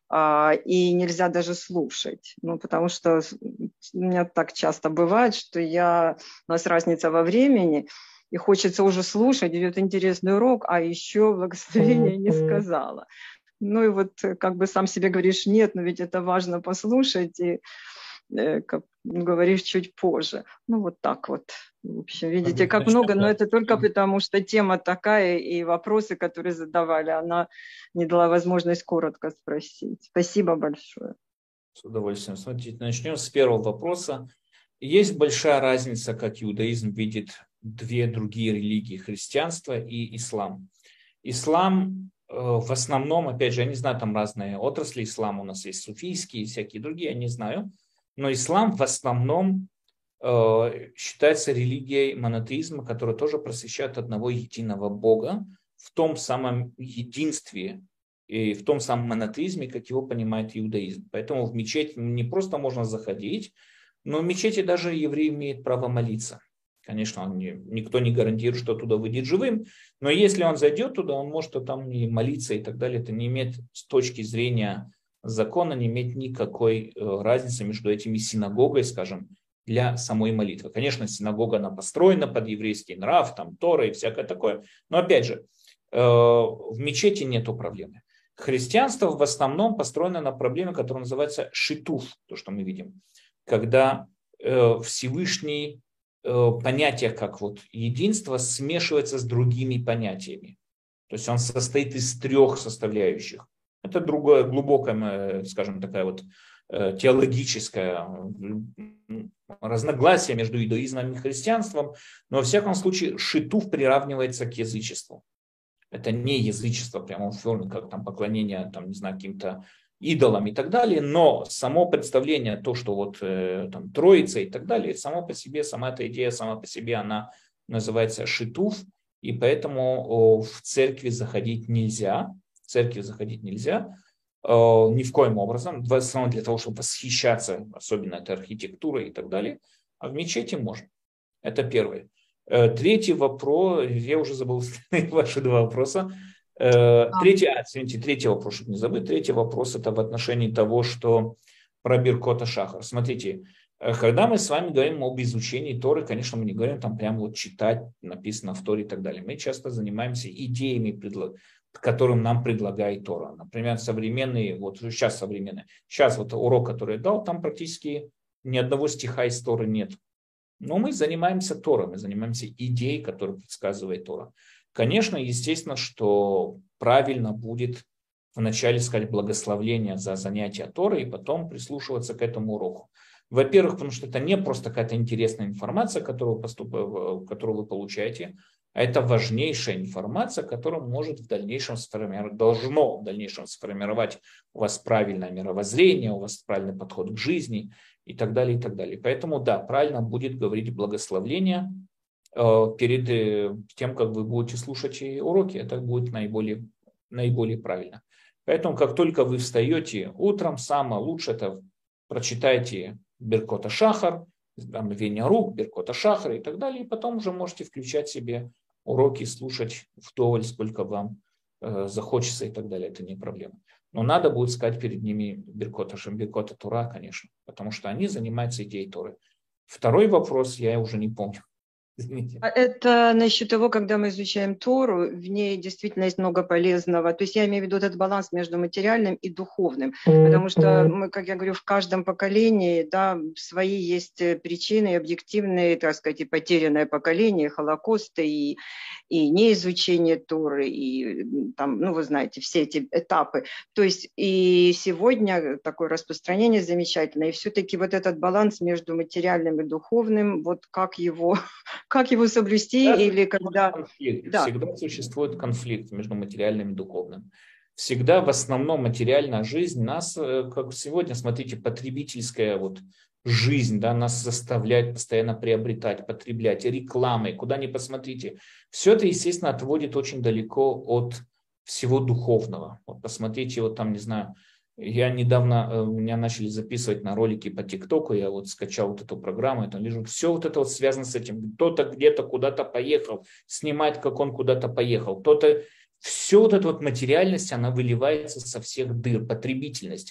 и нельзя даже слушать. Ну, потому что у меня так часто бывает, что у нас разница во времени, и хочется уже слушать, идет интересный урок, а еще благословение не сказала. Ну и вот как бы сам себе говоришь, нет, но ведь это важно послушать, и как говоришь чуть позже. Ну, вот так вот. В общем, видите, как много, но это только потому, что тема такая, и вопросы, которые задавали, она не дала возможность коротко спросить. Спасибо большое. С удовольствием. Смотрите, начнем с первого вопроса. Есть большая разница, как иудаизм видит две другие религии, христианство и ислам. Ислам в основном, опять же, я не знаю, там разные отрасли ислама, у нас есть суфийские и всякие другие, я не знаю, но ислам в основном считается религией монотеизма, которая тоже просвещает одного единого Бога в том самом единстве и в том самом монотеизме, как его понимает иудаизм. Поэтому в мечеть не просто можно заходить, но в мечети даже еврей имеет право молиться. Конечно, никто не гарантирует, что туда выйдет живым, но если он зайдет туда, он может там и молиться и так далее. Это не имеет с точки зрения закона, не имеет никакой разницы между этими синагогой, скажем, для самой молитвы. Конечно, синагога, она построена под еврейский нрав, там Тора и всякое такое. Но опять же, в мечети нету проблемы. Христианство в основном построено на проблеме, которая называется шитуф, то, что мы видим. когда Всевышний понятие как вот единство смешивается с другими понятиями. То есть он состоит из 3 составляющих. Это другое, глубокое, скажем, такая вот теологическое разногласие между иудаизмом и христианством, но во всяком случае шитуф приравнивается к язычеству. Это не язычество, прямо в форме, как там поклонение, там, не знаю, каким-то идолам и так далее, но само представление, то, что вот там Троица и так далее, само по себе, сама эта идея, сама по себе, она называется шитуф, и поэтому в церкви заходить нельзя, ни в коем образом, в основном для того, чтобы восхищаться, особенно этой архитектурой и так далее, а в мечети можно. Это первое. Третий вопрос, я уже забыл ваши 2 вопроса. Третий вопрос, чтобы не забыть. Третий вопрос это в отношении того, что про Биркот ха-Шахар. Смотрите, когда мы с вами говорим об изучении Торы, конечно, мы не говорим там прямо вот читать, написано в Торе и так далее. Мы часто занимаемся идеями, которым нам предлагает Тора. Например, современные, вот сейчас современные. Сейчас вот урок, который я дал, там практически ни одного стиха из Торы нет. Но мы занимаемся Торой, мы занимаемся идеей, которую предсказывает Тора. Конечно, естественно, что правильно будет вначале сказать благословление за занятие Торой и потом прислушиваться к этому уроку. Во-первых, потому что это не просто какая-то интересная информация, которую вы получаете, а это важнейшая информация, которая может должно в дальнейшем сформировать у вас правильное мировоззрение, у вас правильный подход к жизни и так далее, и так далее. Поэтому, да, правильно будет говорить благословление перед тем, как вы будете слушать уроки. Это будет наиболее правильно. Поэтому, как только вы встаете утром, самое лучшее это прочитайте Биркот ха-Шахар, омовение рук, Биркот ха-Шахар и так далее, и потом уже можете включать себе уроки, слушать вдоволь, сколько вам захочется и так далее. Это не проблема. Но надо будет сказать перед ними Биркот ха-Тура, конечно, потому что они занимаются идеей Торы. Второй вопрос я уже не помню. Извините. Это насчет того, когда мы изучаем Тору, в ней действительно есть много полезного. То есть я имею в виду этот баланс между материальным и духовным. Потому что мы, как я говорю, в каждом поколении, да, свои есть причины, объективные, так сказать, и потерянное поколение, Холокосты, и неизучение Торы, и там, ну, вы знаете, все эти этапы. То есть и сегодня такое распространение замечательное. И все-таки вот этот баланс между материальным и духовным, вот как его соблюсти, Всегда или когда... Да. Всегда существует конфликт между материальным и духовным. Всегда в основном материальная жизнь нас, как сегодня, смотрите, потребительская вот жизнь, да, нас заставляет постоянно приобретать, потреблять, рекламы, куда ни посмотрите. Все это, естественно, отводит очень далеко от всего духовного. Вот посмотрите, вот там, не знаю, я недавно, меня начали записывать на ролики по ТикТоку, я вот скачал вот эту программу, и там вижу, все вот это вот связано с этим. Кто-то где-то куда-то поехал, снимает, как он куда-то поехал. Кто-то, все вот эта вот материальность, она выливается со всех дыр, потребительность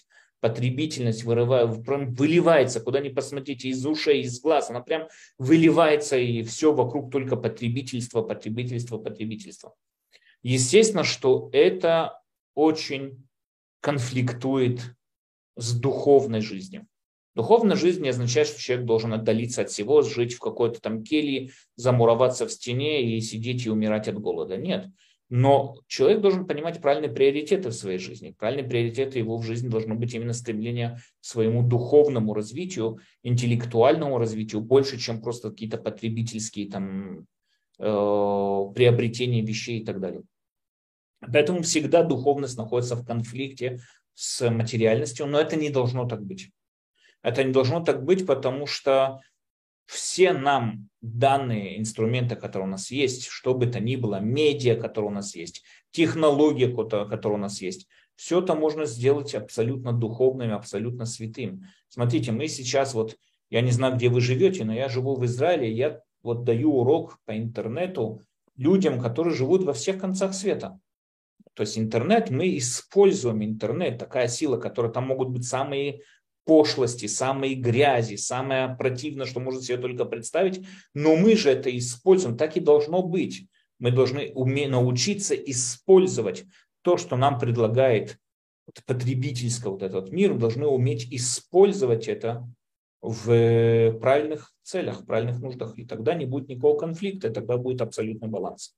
выливается, куда ни посмотрите, из ушей, из глаз, она прям выливается, и все вокруг только потребительство. Естественно, что это очень конфликтует с духовной жизнью. Духовная жизнь не означает, что человек должен отдалиться от всего, жить в какой-то там келье, замуроваться в стене и сидеть и умирать от голода. Нет. Но человек должен понимать правильные приоритеты в своей жизни. Правильные приоритеты его в жизни должно быть именно стремление к своему духовному развитию, интеллектуальному развитию, больше, чем просто какие-то потребительские там, приобретения вещей и так далее. Поэтому всегда духовность находится в конфликте с материальностью, но это не должно так быть. Это не должно так быть, потому что все нам данные инструменты, которые у нас есть, что бы то ни было, медиа, которые у нас есть, технологии, которые у нас есть, все это можно сделать абсолютно духовным, абсолютно святым. Смотрите, мы сейчас, вот, я не знаю, где вы живете, но я живу в Израиле, я вот даю урок по интернету людям, которые живут во всех концах света. То есть интернет, мы используем интернет, такая сила, которая там могут быть самые пошлости, самые грязи, самое противное, что можно себе только представить, но мы же это используем, так и должно быть. Мы должны научиться использовать то, что нам предлагает потребительский вот этот мир, мы должны уметь использовать это в правильных целях, в правильных нуждах. И тогда не будет никакого конфликта, и тогда будет абсолютный баланс.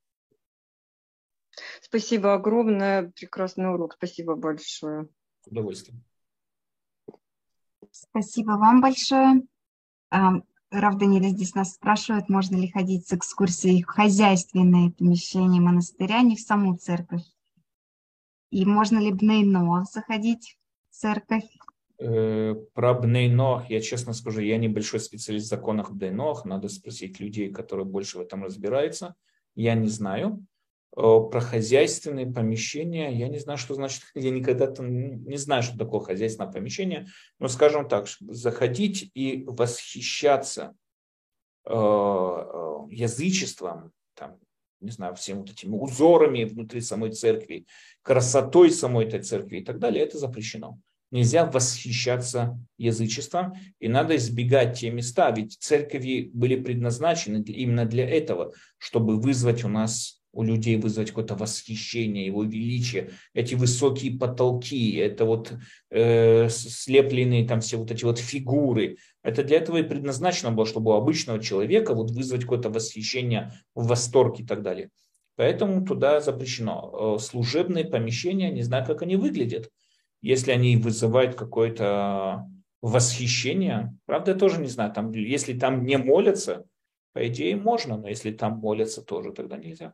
Спасибо огромное. Прекрасный урок. Спасибо большое. С удовольствием. Спасибо вам большое. Рав Даниэль здесь нас спрашивает, можно ли ходить с экскурсией в хозяйственное помещение монастыря, не в саму церковь. И можно ли Бней Ноах заходить в церковь? Про Бней Ноах, я честно скажу, я небольшой специалист в законах Бней Ноах, надо спросить людей, которые больше в этом разбираются. Я не знаю. Про хозяйственные помещения, я не знаю, что значит, я никогда не знаю, что такое хозяйственное помещение, но, скажем так, заходить и восхищаться язычеством, там, не знаю, всеми вот этими узорами внутри самой церкви, красотой самой этой церкви и так далее, это запрещено. Нельзя восхищаться язычеством, и надо избегать те места, ведь церкви были предназначены именно для этого, чтобы вызвать у людей вызвать какое-то восхищение, его величие, эти высокие потолки, это вот слепленные там все вот эти вот фигуры. Это для этого и предназначено было, чтобы у обычного человека вот вызвать какое-то восхищение, восторг и так далее. Поэтому туда запрещено. Служебные помещения, не знаю, как они выглядят. Если они вызывают какое-то восхищение, правда, я тоже не знаю, там, если там не молятся, по идее можно, но если там молятся, тоже тогда нельзя.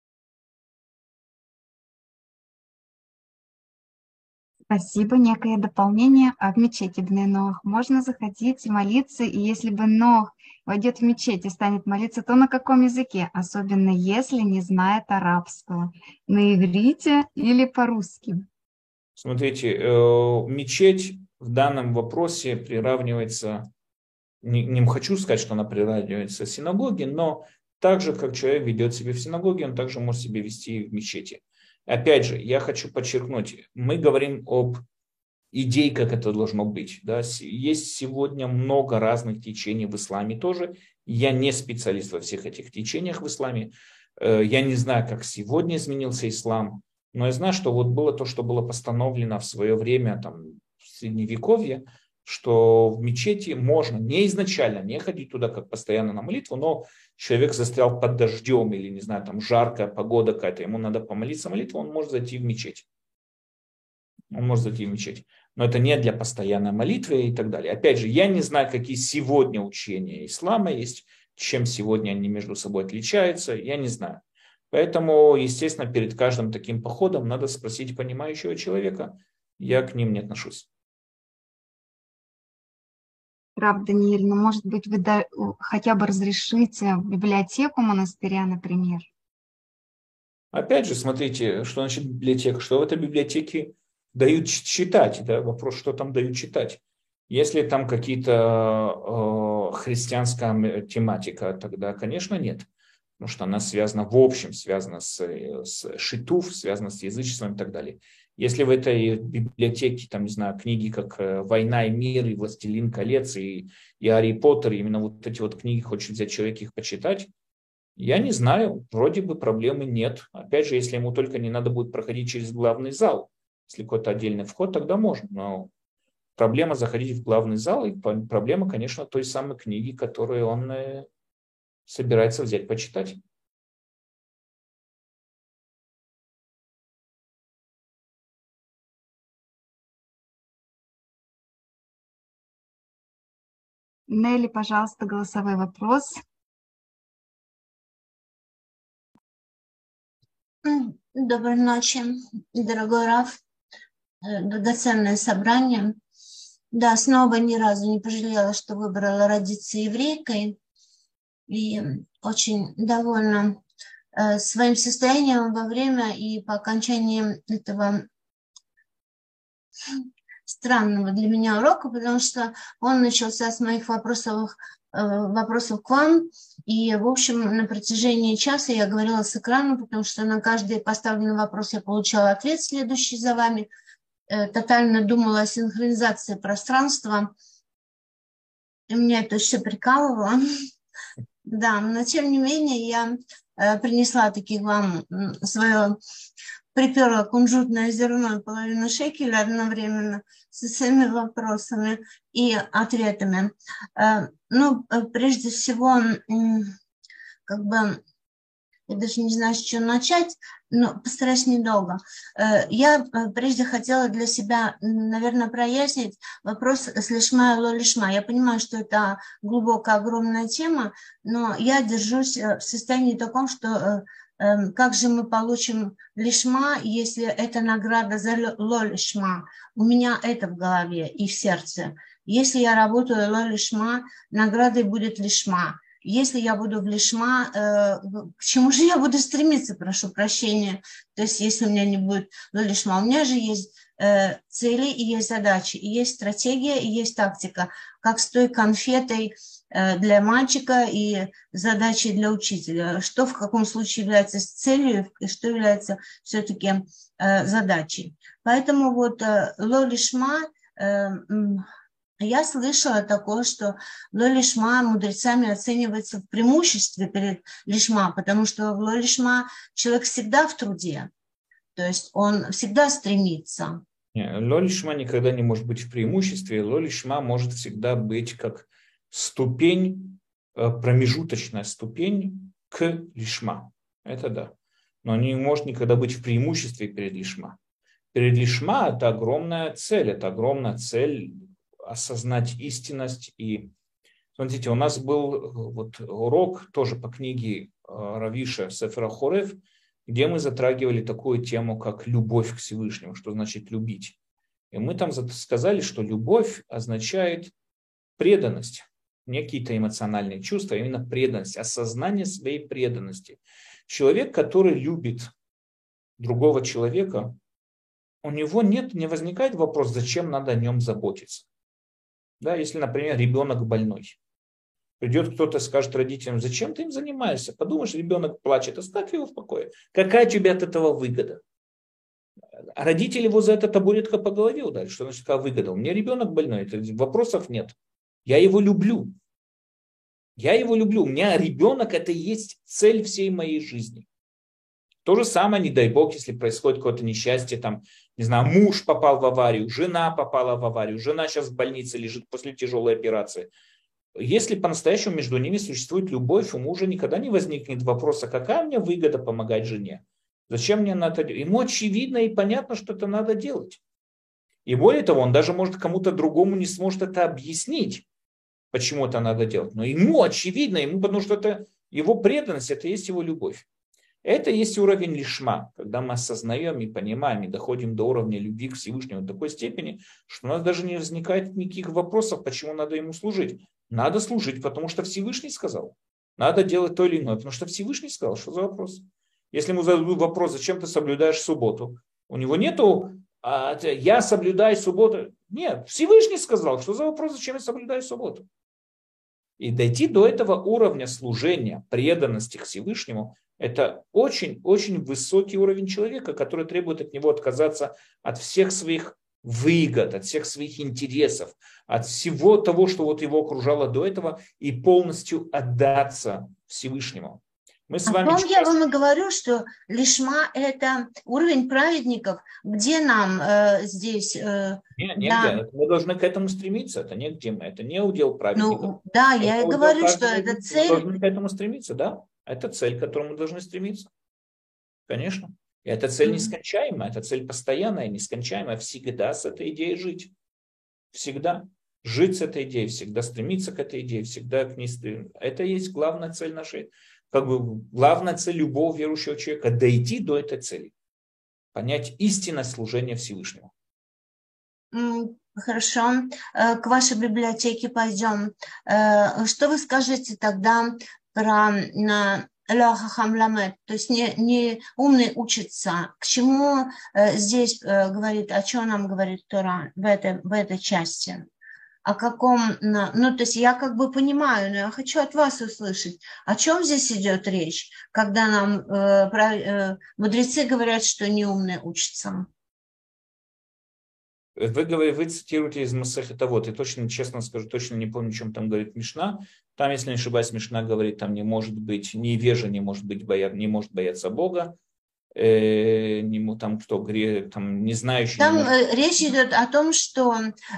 Спасибо. Некое дополнение. А в мечети Бней Ноах можно заходить и молиться, и если бы Ноах войдет в мечеть и станет молиться, то на каком языке? Особенно если не знает арабского. На иврите или по-русски? Смотрите, мечеть в данном вопросе приравнивается, не хочу сказать, что она приравнивается к синагоге, но так же, как человек ведет себя в синагоге, он также может себя вести и в мечети. Опять же, я хочу подчеркнуть, мы говорим об идее, как это должно быть. Да? Есть сегодня много разных течений в исламе тоже. Я не специалист во всех этих течениях в исламе. Я не знаю, как сегодня изменился ислам, но я знаю, что вот было то, что было постановлено в свое время там, в Средневековье, что в мечети можно не изначально не ходить туда как постоянно на молитву, но человек застрял под дождем или, не знаю, там жаркая погода какая-то, ему надо помолиться молитву, он может зайти в мечеть. Он может зайти в мечеть. Но это не для постоянной молитвы и так далее. Опять же, я не знаю, какие сегодня учения ислама есть, чем сегодня они между собой отличаются, я не знаю. Поэтому, естественно, перед каждым таким походом надо спросить понимающего человека. Я к ним не отношусь. Рав Даниэль, ну, может быть, вы хотя бы разрешите библиотеку монастыря, например? Опять же, смотрите, что значит библиотека. Что в этой библиотеке дают читать? Да? Вопрос, что там дают читать. Если там какие-то христианская тематика, тогда, конечно, нет. Потому что она связана в общем, связана с шитуф, связана с язычеством и так далее. Если в этой библиотеке, там, не знаю, книги как «Война и мир», и «Властелин колец», и «Гарри Поттер», именно вот эти вот книги хочет взять человек их почитать, я не знаю, вроде бы проблемы нет. Опять же, если ему только не надо будет проходить через главный зал, если какой-то отдельный вход, тогда можно. Но проблема заходить в главный зал, и проблема, конечно, той самой книги, которую он собирается взять почитать. Нелли, пожалуйста, голосовой вопрос. Доброй ночи, дорогой Рав. Драгоценное собрание. Да, снова ни разу не пожалела, что выбрала родиться еврейкой. И очень довольна своим состоянием во время и по окончании этого странного для меня урока, потому что он начался с моих вопросов к вам. И, в общем, на протяжении часа я говорила с экрана, потому что на каждый поставленный вопрос я получала ответ, следующий за вами. Тотально думала о синхронизации пространства. И меня это все прикалывало. Да, но тем не менее я принесла таки вам свое приперла кунжутное зерно и половину шекеля одновременно со своими вопросами и ответами. Ну, прежде всего, как бы, я даже не знаю, с чего начать, но постараюсь недолго. Я прежде хотела для себя, наверное, прояснить вопрос с лишма и ло лишма. Я понимаю, что это глубокая, огромная тема, но я держусь в состоянии таком, что как же мы получим лишма, если это награда за ло лишма? У меня это в голове и в сердце. Если я работаю ло лишма, наградой будет лишма. Если я буду в лишма, к чему же я буду стремиться, прошу прощения, то есть если у меня не будет лишма, у меня же есть цели и есть задачи, и есть стратегия, и есть тактика, как с той конфетой для мальчика и задачей для учителя, что в каком случае является целью и что является все-таки задачей. Поэтому вот ло лишма, я слышала такое, что ло лишма мудрецами оценивается в преимуществе перед лишма, потому что в ло лишма человек всегда в труде, то есть он всегда стремится. Ло лишма никогда не может быть в преимуществе, ло лишма может всегда быть как ступень, промежуточная ступень к лишма. Это да. Но не может никогда быть в преимуществе перед лишма. Перед лишма это огромная цель осознать истинность. И смотрите, у нас был вот урок тоже по книге Равиша Сефер ха-Хорев, где мы затрагивали такую тему, как любовь к Всевышнему, что значит любить. И мы там сказали, что любовь означает преданность, не какие-то эмоциональные чувства, а именно преданность, осознание своей преданности. Человек, который любит другого человека, у него не возникает вопрос, зачем надо о нем заботиться. Да, если, например, ребенок больной. Придет кто-то и скажет родителям, зачем ты им занимаешься? Подумаешь, ребенок плачет, оставь его в покое. Какая тебе от этого выгода? А родители его за это табуретка по голове ударят. Что значит, какая выгода? У меня ребенок больной, вопросов нет. Я его люблю. У меня ребенок это и есть цель всей моей жизни. То же самое, не дай бог, если происходит какое-то несчастье, там, не знаю, муж попал в аварию, жена попала в аварию, жена сейчас в больнице лежит после тяжелой операции. Если по-настоящему между ними существует любовь, у мужа никогда не возникнет вопроса, какая мне выгода помогать жене? Зачем мне надо делать? Ему очевидно и понятно, что это надо делать. И более того, он даже может кому-то другому не сможет это объяснить, почему это надо делать. Но ему очевидно, потому что это его преданность, это и есть его любовь. Это есть уровень лишма, когда мы осознаем и понимаем, и доходим до уровня любви к Всевышнему до такой степени, что у нас даже не возникает никаких вопросов, почему надо ему служить. Надо служить, потому что Всевышний сказал. Надо делать то или иное, потому что Всевышний сказал. Что за вопрос? Если ему зададут вопрос, зачем ты соблюдаешь субботу, у него нету «я соблюдаю субботу». Нет, Всевышний сказал. Что за вопрос, зачем я соблюдаю субботу? И дойти до этого уровня служения, преданности к Всевышнему, это очень-очень высокий уровень человека, который требует от него отказаться от всех своих выгод, от всех своих интересов, от всего того, что вот его окружало до этого, и полностью отдаться Всевышнему. Мы с вами я вам и говорю, что лишма – это уровень праведников, где нам здесь… Нигде. Мы должны к этому стремиться, это не где мы, это не удел праведников. Ну, да, это я и говорю, что это цель. Мы должны к этому стремиться, да. Это цель, к которой мы должны стремиться. Конечно. И эта цель нескончаемая, эта цель постоянная, нескончаемая. Всегда с этой идеей жить. Всегда. Жить с этой идеей, всегда стремиться к этой идее, всегда к ней стремиться. Это и есть главная цель нашей, главная цель любого верующего человека – дойти до этой цели. Понять истинность служения Всевышнему. Хорошо. К вашей библиотеке пойдем. Что вы скажете тогда про ла хахам ламед, то есть не умный учится? К чему здесь говорит, о чем нам говорит Тора в этой части? О каком, то есть я как бы понимаю, но я хочу от вас услышать, о чем здесь идет речь, когда нам мудрецы говорят, что неумный учится. Вы цитируете из Масехет Авот, и точно, честно скажу, точно не помню, о чем там говорит Мишна. Там, если не ошибаюсь, Мишна говорит, там не может быть, невежа не может бояться Бога. там кто, там не знающий. Там речь идет о том, что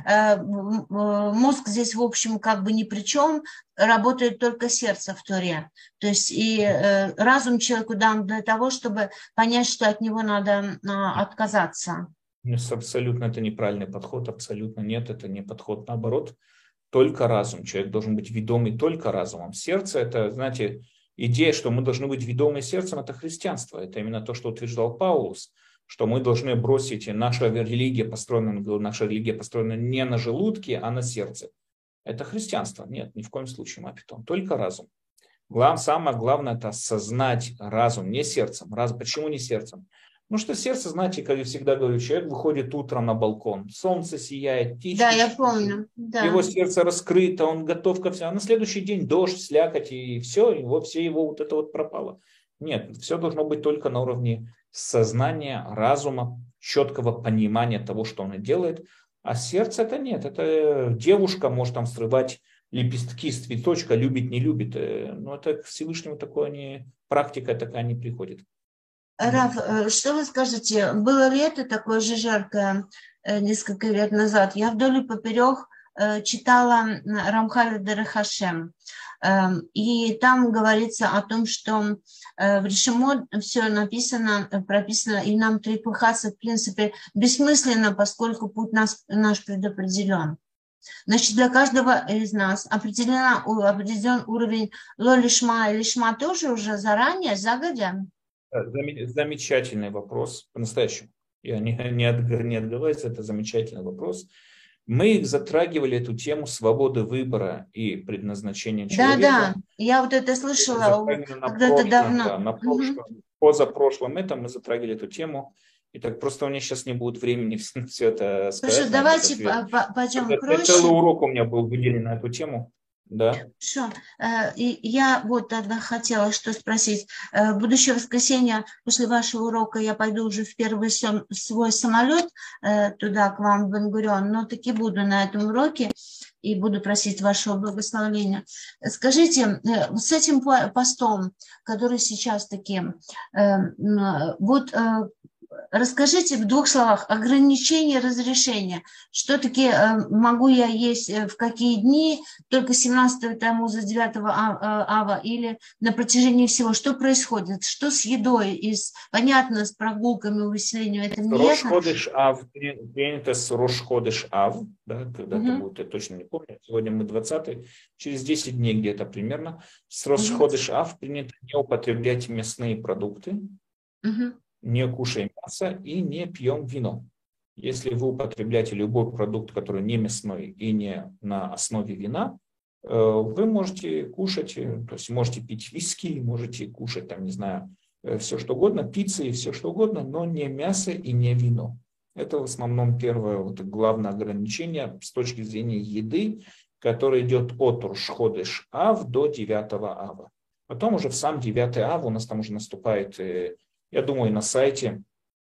мозг здесь, в общем, как бы ни при чем, работает только сердце в Торе. То есть и разум человеку дан для того, чтобы понять, что от него надо отказаться. Абсолютно это неправильный подход, абсолютно нет, это не подход, наоборот, только разум. Человек должен быть ведомый только разумом. Сердце – это, знаете, идея, что мы должны быть ведомы сердцем, это христианство. Это именно то, что утверждал Паулус, что мы должны бросить, наша религия построена не на желудке, а на сердце. Это христианство. Нет, ни в коем случае, мапитон, только разум. Самое главное – это осознать разум, не сердцем. Почему не сердцем? Ну что сердце, знаете, как я всегда говорю, человек выходит утром на балкон, солнце сияет, птички. Да, я помню. Да. Его сердце раскрыто, он готов ко всему. А на следующий день дождь, слякоть, и все его вот это вот пропало. Нет, все должно быть только на уровне сознания, разума, четкого понимания того, что он делает. А сердце это нет. Это девушка может там срывать лепестки с цветочка, любит, не любит. Но это к Всевышнему такое практика такая не приходит. Раф, что вы скажете, было ли это такое же жаркое несколько лет назад? Я вдоль и поперек читала Рамхаля Дерех Хашем, и там говорится о том, что в Решемот все прописано, и нам трепыхаться, в принципе, бессмысленно, поскольку путь наш предопределен. Значит, для каждого из нас определен уровень ло-лишма и лишма тоже уже заранее, загодя? Замечательный вопрос, по-настоящему. Я не отговариваюсь, это замечательный вопрос. Мы затрагивали эту тему свободы выбора и предназначения человека. Да, я вот это слышала когда-то давно. Да, на позапрошлом мы затрагивали эту тему. И так просто у меня сейчас не будет времени все это сказать. Хорошо, давайте пойдем проще. Целый урок у меня был выделен на эту тему. Да. Хорошо. И я вот тогда хотела что спросить. В будущее воскресенье после вашего урока я пойду уже в первый свой самолет туда, к вам, в Бен-Гурион, но таки буду на этом уроке и буду просить вашего благословения. Скажите, с этим постом, который сейчас таким, вот расскажите в 2 словах ограничения, разрешения. Что таки могу я есть в какие дни, только 17-го Тамуза, 9-го Ава или на протяжении всего? Что происходит? Что с едой? Понятно, с прогулками, увеселением, это не Рош Ходеш Ав, принято с Рош Ходеш Ав, да, когда это будет, я точно не помню. Сегодня мы 20-й, через 10 дней где-то примерно. С Рош Ходеш Ав принято не употреблять мясные продукты. Не кушаем мясо и не пьем вино. Если вы употребляете любой продукт, который не мясной и не на основе вина, вы можете кушать, то есть можете пить виски, можете кушать, там, не знаю, все что угодно, пиццы и все что угодно, но не мясо и не вино. Это в основном первое главное ограничение с точки зрения еды, которое идет от Рош Ходеш Ав до 9-го Ава. Потом уже в сам 9-й Ав у нас там уже наступает... Я думаю, на сайте.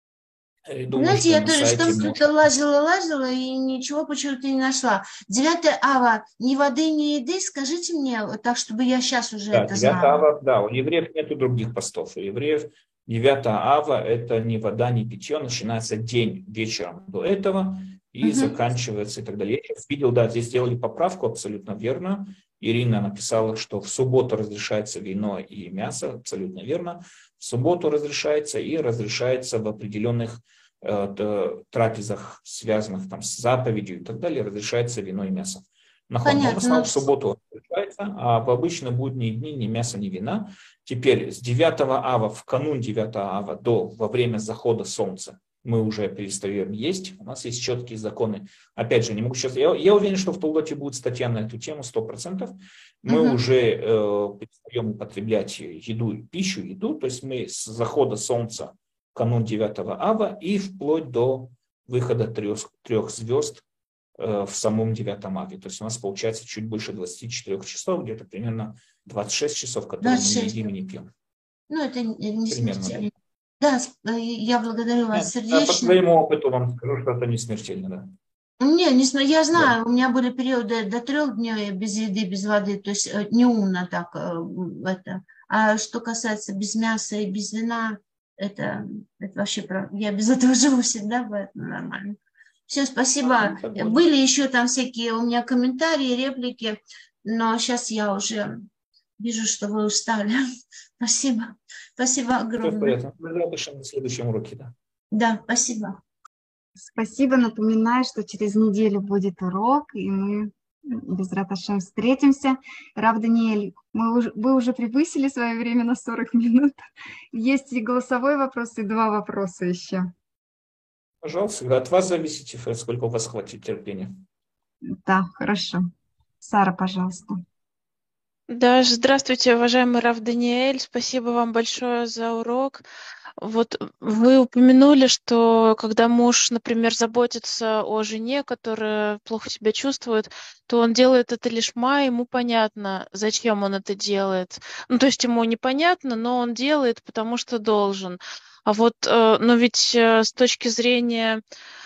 Знаете, я тоже что-то лазила и ничего почему-то не нашла. 9 Ава, ни воды, ни еды, скажите мне, так, чтобы я сейчас уже это знала. 9 Ава, да, у евреев нет других постов. У евреев 9 Ава – это ни вода, ни питье. Начинается день вечером до этого и заканчивается и так далее. Я видел, да, здесь сделали поправку, абсолютно верно. Ирина написала, что в субботу разрешается вино и мясо, абсолютно верно. В субботу разрешается и разрешается в определенных трапезах, связанных там с заповедью и так далее, разрешается вино и мясо. Понятно. В основном в субботу разрешается, а в обычные будние дни ни мяса, ни вина. Теперь с 9 Ава, в канун 9 Ава во время захода солнца мы уже перестаем есть. У нас есть четкие законы. Опять же, не могу сейчас... Я уверен, что в Толдоте будет статья на эту тему 100%. Мы уже перестаем употреблять еду. То есть мы с захода солнца в канун 9 Ава и вплоть до выхода 3 звезд в самом 9 Аве. То есть у нас получается чуть больше 24 часов, где-то примерно 26 часов, которые 26. Мы не едим и не пьем. Ну, это не смертельно. Да, я благодарю вас сердечно. По своему опыту вам скажу, что это не смертельно, да. Я знаю, у меня были периоды до 3 дней без еды, без воды, то есть неумно так это. А что касается без мяса и без вина, это вообще, я без этого живу всегда, поэтому нормально. Все, спасибо. Были еще там всякие у меня комментарии, реплики, но сейчас я уже вижу, что вы устали. Спасибо. Спасибо огромное. Все в порядке. На следующем уроке, да. Да, спасибо. Спасибо. Напоминаю, что через неделю будет урок, и мы Безрат Ашем встретимся. Рав Даниэль, вы уже превысили свое время на 40 минут. Есть и голосовой вопрос, и 2 вопроса еще. Пожалуйста, от вас зависит, сколько у вас хватит терпения. Да, хорошо. Сара, пожалуйста. Да, здравствуйте, уважаемый Рав Даниэль. Спасибо вам большое за урок. Вот вы упомянули, что когда муж, например, заботится о жене, которая плохо себя чувствует, то он делает это лишма, ему понятно, зачем он это делает. Ну, то есть ему непонятно, но он делает, потому что должен. А вот, но ведь с точки зрения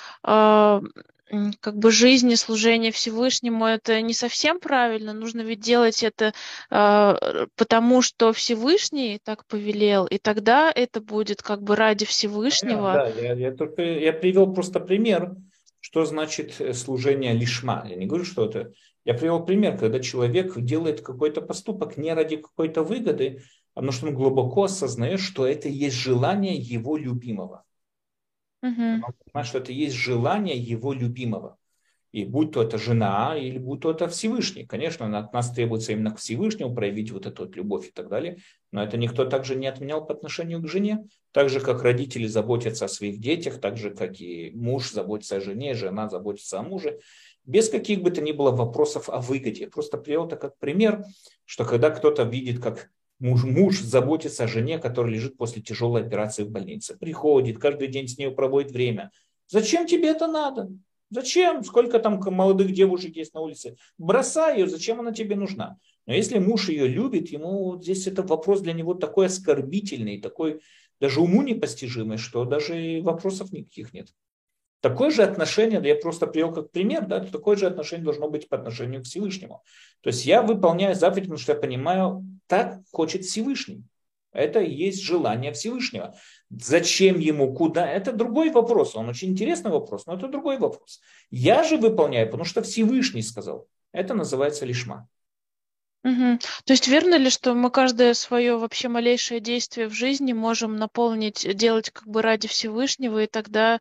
как бы жизни, служения Всевышнему, это не совсем правильно. Нужно ведь делать это потому, что Всевышний так повелел, и тогда это будет как бы ради Всевышнего. Да, я привел просто пример, что значит служение лишма. Я не говорю, что это... Я привел пример, когда человек делает какой-то поступок не ради какой-то выгоды, а потому что он глубоко осознает, что это есть желание его любимого. Он понимает, что это есть желание его любимого. И будь то это жена, или будь то это Всевышний. Конечно, от нас требуется именно к Всевышнему проявить вот эту вот любовь и так далее. Но это никто также не отменял по отношению к жене. Так же, как родители заботятся о своих детях, так же, как и муж заботится о жене, жена заботится о муже. Без каких бы то ни было вопросов о выгоде. Просто привел это как пример, что когда кто-то видит, как муж заботится о жене, которая лежит после тяжелой операции в больнице. Приходит, каждый день с ней проводит время. Зачем тебе это надо? Зачем? Сколько там молодых девушек есть на улице? Бросай ее, зачем она тебе нужна? Но если муж ее любит, ему здесь это вопрос для него такой оскорбительный, такой даже уму непостижимый, что даже вопросов никаких нет. Такое же отношение, я просто привел как пример, да, такое же отношение должно быть по отношению к Всевышнему. То есть я выполняю заповедь, потому что я понимаю, так хочет Всевышний. Это и есть желание Всевышнего. Зачем ему, куда, это другой вопрос. Он очень интересный вопрос, но это другой вопрос. Я же выполняю, потому что Всевышний сказал. Это называется лишма. То есть верно ли, что мы каждое свое вообще малейшее действие в жизни можем наполнить, делать как бы ради Всевышнего, и тогда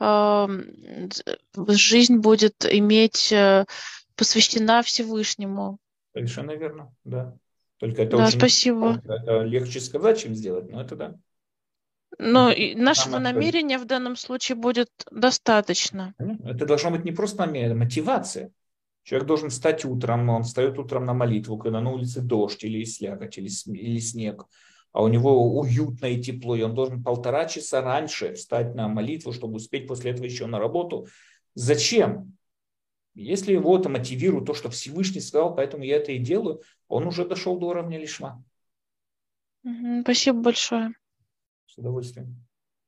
жизнь будет иметь посвящена Всевышнему? Совершенно верно, да. Только это Да, очень спасибо. это легче сказать, чем сделать, но это да. Но и нашего намерения в данном случае будет достаточно. Это должно быть не просто намерение, это мотивация. Человек должен встать утром, он встает утром на молитву, когда на улице дождь или слякоть, или снег, а у него уютно и тепло, и он должен 1,5 часа раньше встать на молитву, чтобы успеть после этого еще на работу. Зачем? Если его это мотивирует, то, что Всевышний сказал, поэтому я это и делаю, он уже дошел до уровня лишма. Спасибо большое. С удовольствием.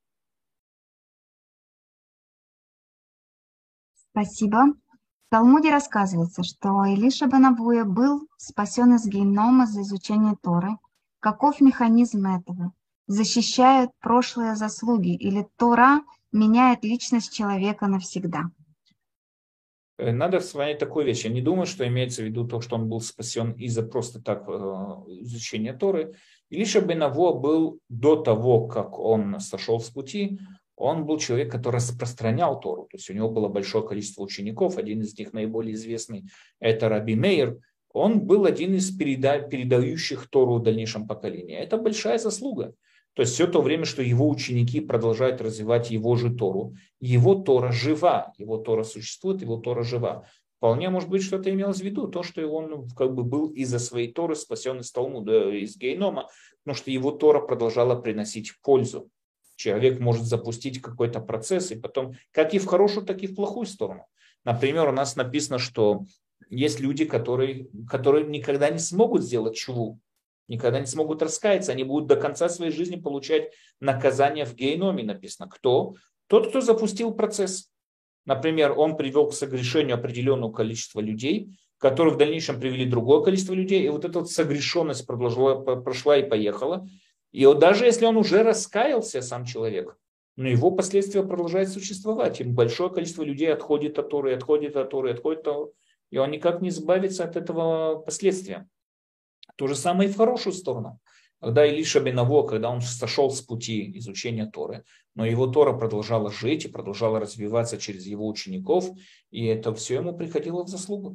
Спасибо. В Талмуде рассказывается, что Илиша бен Авуя был спасен из генома за изучение Торы. Каков механизм этого? Защищают прошлые заслуги или Тора меняет личность человека навсегда? Надо вспомнить такую вещь. Я не думаю, что имеется в виду то, что он был спасен из-за просто так изучения Торы. Илиша бен Авуа был до того, как он сошел с пути, он был человек, который распространял Тору. То есть у него было большое количество учеников. Один из них наиболее известный – это Раби Меир. Он был один из передающих Тору в дальнейшем поколении. Это большая заслуга. То есть все то время, что его ученики продолжают развивать его же Тору, его Тора жива, его Тора существует, его Тора жива. Вполне может быть, что это имелось в виду, то, что он как бы был из-за своей Торы спасен из Талмуда, из гейнома, потому что его Тора продолжала приносить пользу. Человек может запустить какой-то процесс, и потом, как и в хорошую, так и в плохую сторону. Например, у нас написано, что есть люди, которые никогда не смогут сделать чуву, никогда не смогут раскаяться, они будут до конца своей жизни получать наказание в гейноме, написано. Кто? Тот, кто запустил процесс. Например, он привел к согрешению определенного количества людей, которые в дальнейшем привели другое количество людей, и вот эта вот согрешенность прошла и поехала. И вот даже если он уже раскаялся, сам человек, но его последствия продолжают существовать. И большое количество людей отходит от Торы, отходит от Торы, отходит от Торы, и он никак не избавится от этого последствия. То же самое и в хорошую сторону. Когда Илиша бен Аво, когда он сошел с пути изучения Торы, но его Тора продолжала жить и продолжала развиваться через его учеников, и это все ему приходило в заслугу.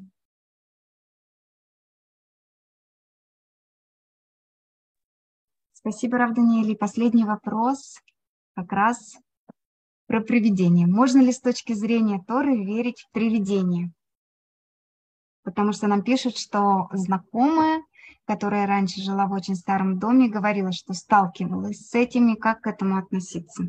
Спасибо, Рав Даниэль. И последний вопрос как раз про привидение. Можно ли с точки зрения Торы верить в привидение? Потому что нам пишут, что знакомая, которая раньше жила в очень старом доме, говорила, что сталкивалась с этим, и как к этому относиться?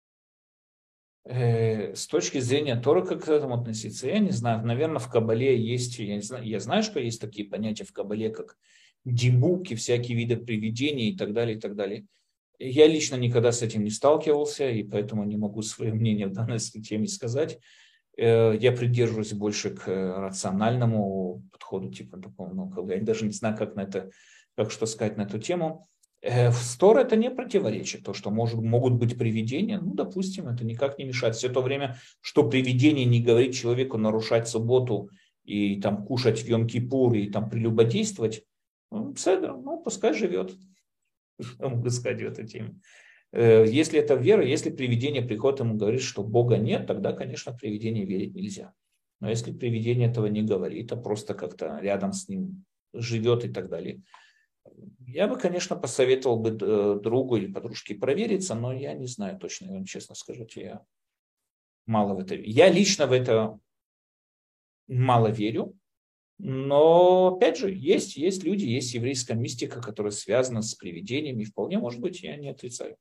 С точки зрения Торы, как к этому относиться, я не знаю. Наверное, в Кабале есть, я знаю, что есть такие понятия в Кабале, как дибуки, всякие виды привидений и так далее, и так далее. Я лично никогда с этим не сталкивался, и поэтому не могу свое мнение в данной теме сказать. Я придерживаюсь больше к рациональному подходу, типа такому, я даже не знаю, как что сказать на эту тему. В Торе это не противоречит, то, что могут быть привидения, допустим, это никак не мешает. Все то время, что привидение не говорит человеку нарушать субботу и там кушать в Йом-Кипур и там прелюбодействовать, пускай живет. Что могу сказать в этой теме? Если это вера, если привидение приходит ему говорит, что Бога нет, тогда, конечно, привидение верить нельзя. Но если привидение этого не говорит, а просто как-то рядом с ним живет и так далее, я бы, конечно, посоветовал бы другу или подружке провериться, но я не знаю точно, я вам честно скажу, я мало в это верю. Я лично в это мало верю, но, опять же, есть люди, есть еврейская мистика, которая связана с привидениями, вполне может быть, я не отрицаю.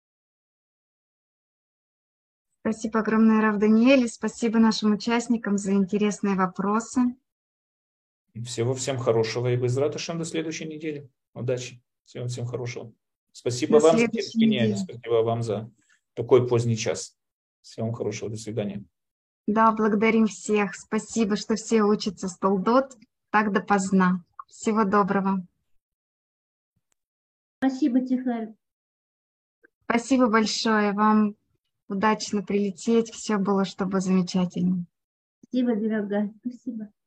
Спасибо огромное, Рав Даниэль, спасибо нашим участникам за интересные вопросы. Всего всем хорошего и безрат Ашем до следующей недели. Удачи. Всем хорошего. Спасибо вам за терпение. Спасибо вам за такой поздний час. Всего вам хорошего. До свидания. Да, благодарим всех. Спасибо, что все учатся с Толдот так допоздна. Всего доброго. Спасибо, Тихарь. Спасибо большое. Вам удачно прилететь. Все было, чтобы замечательно. Спасибо, дорогая. Спасибо.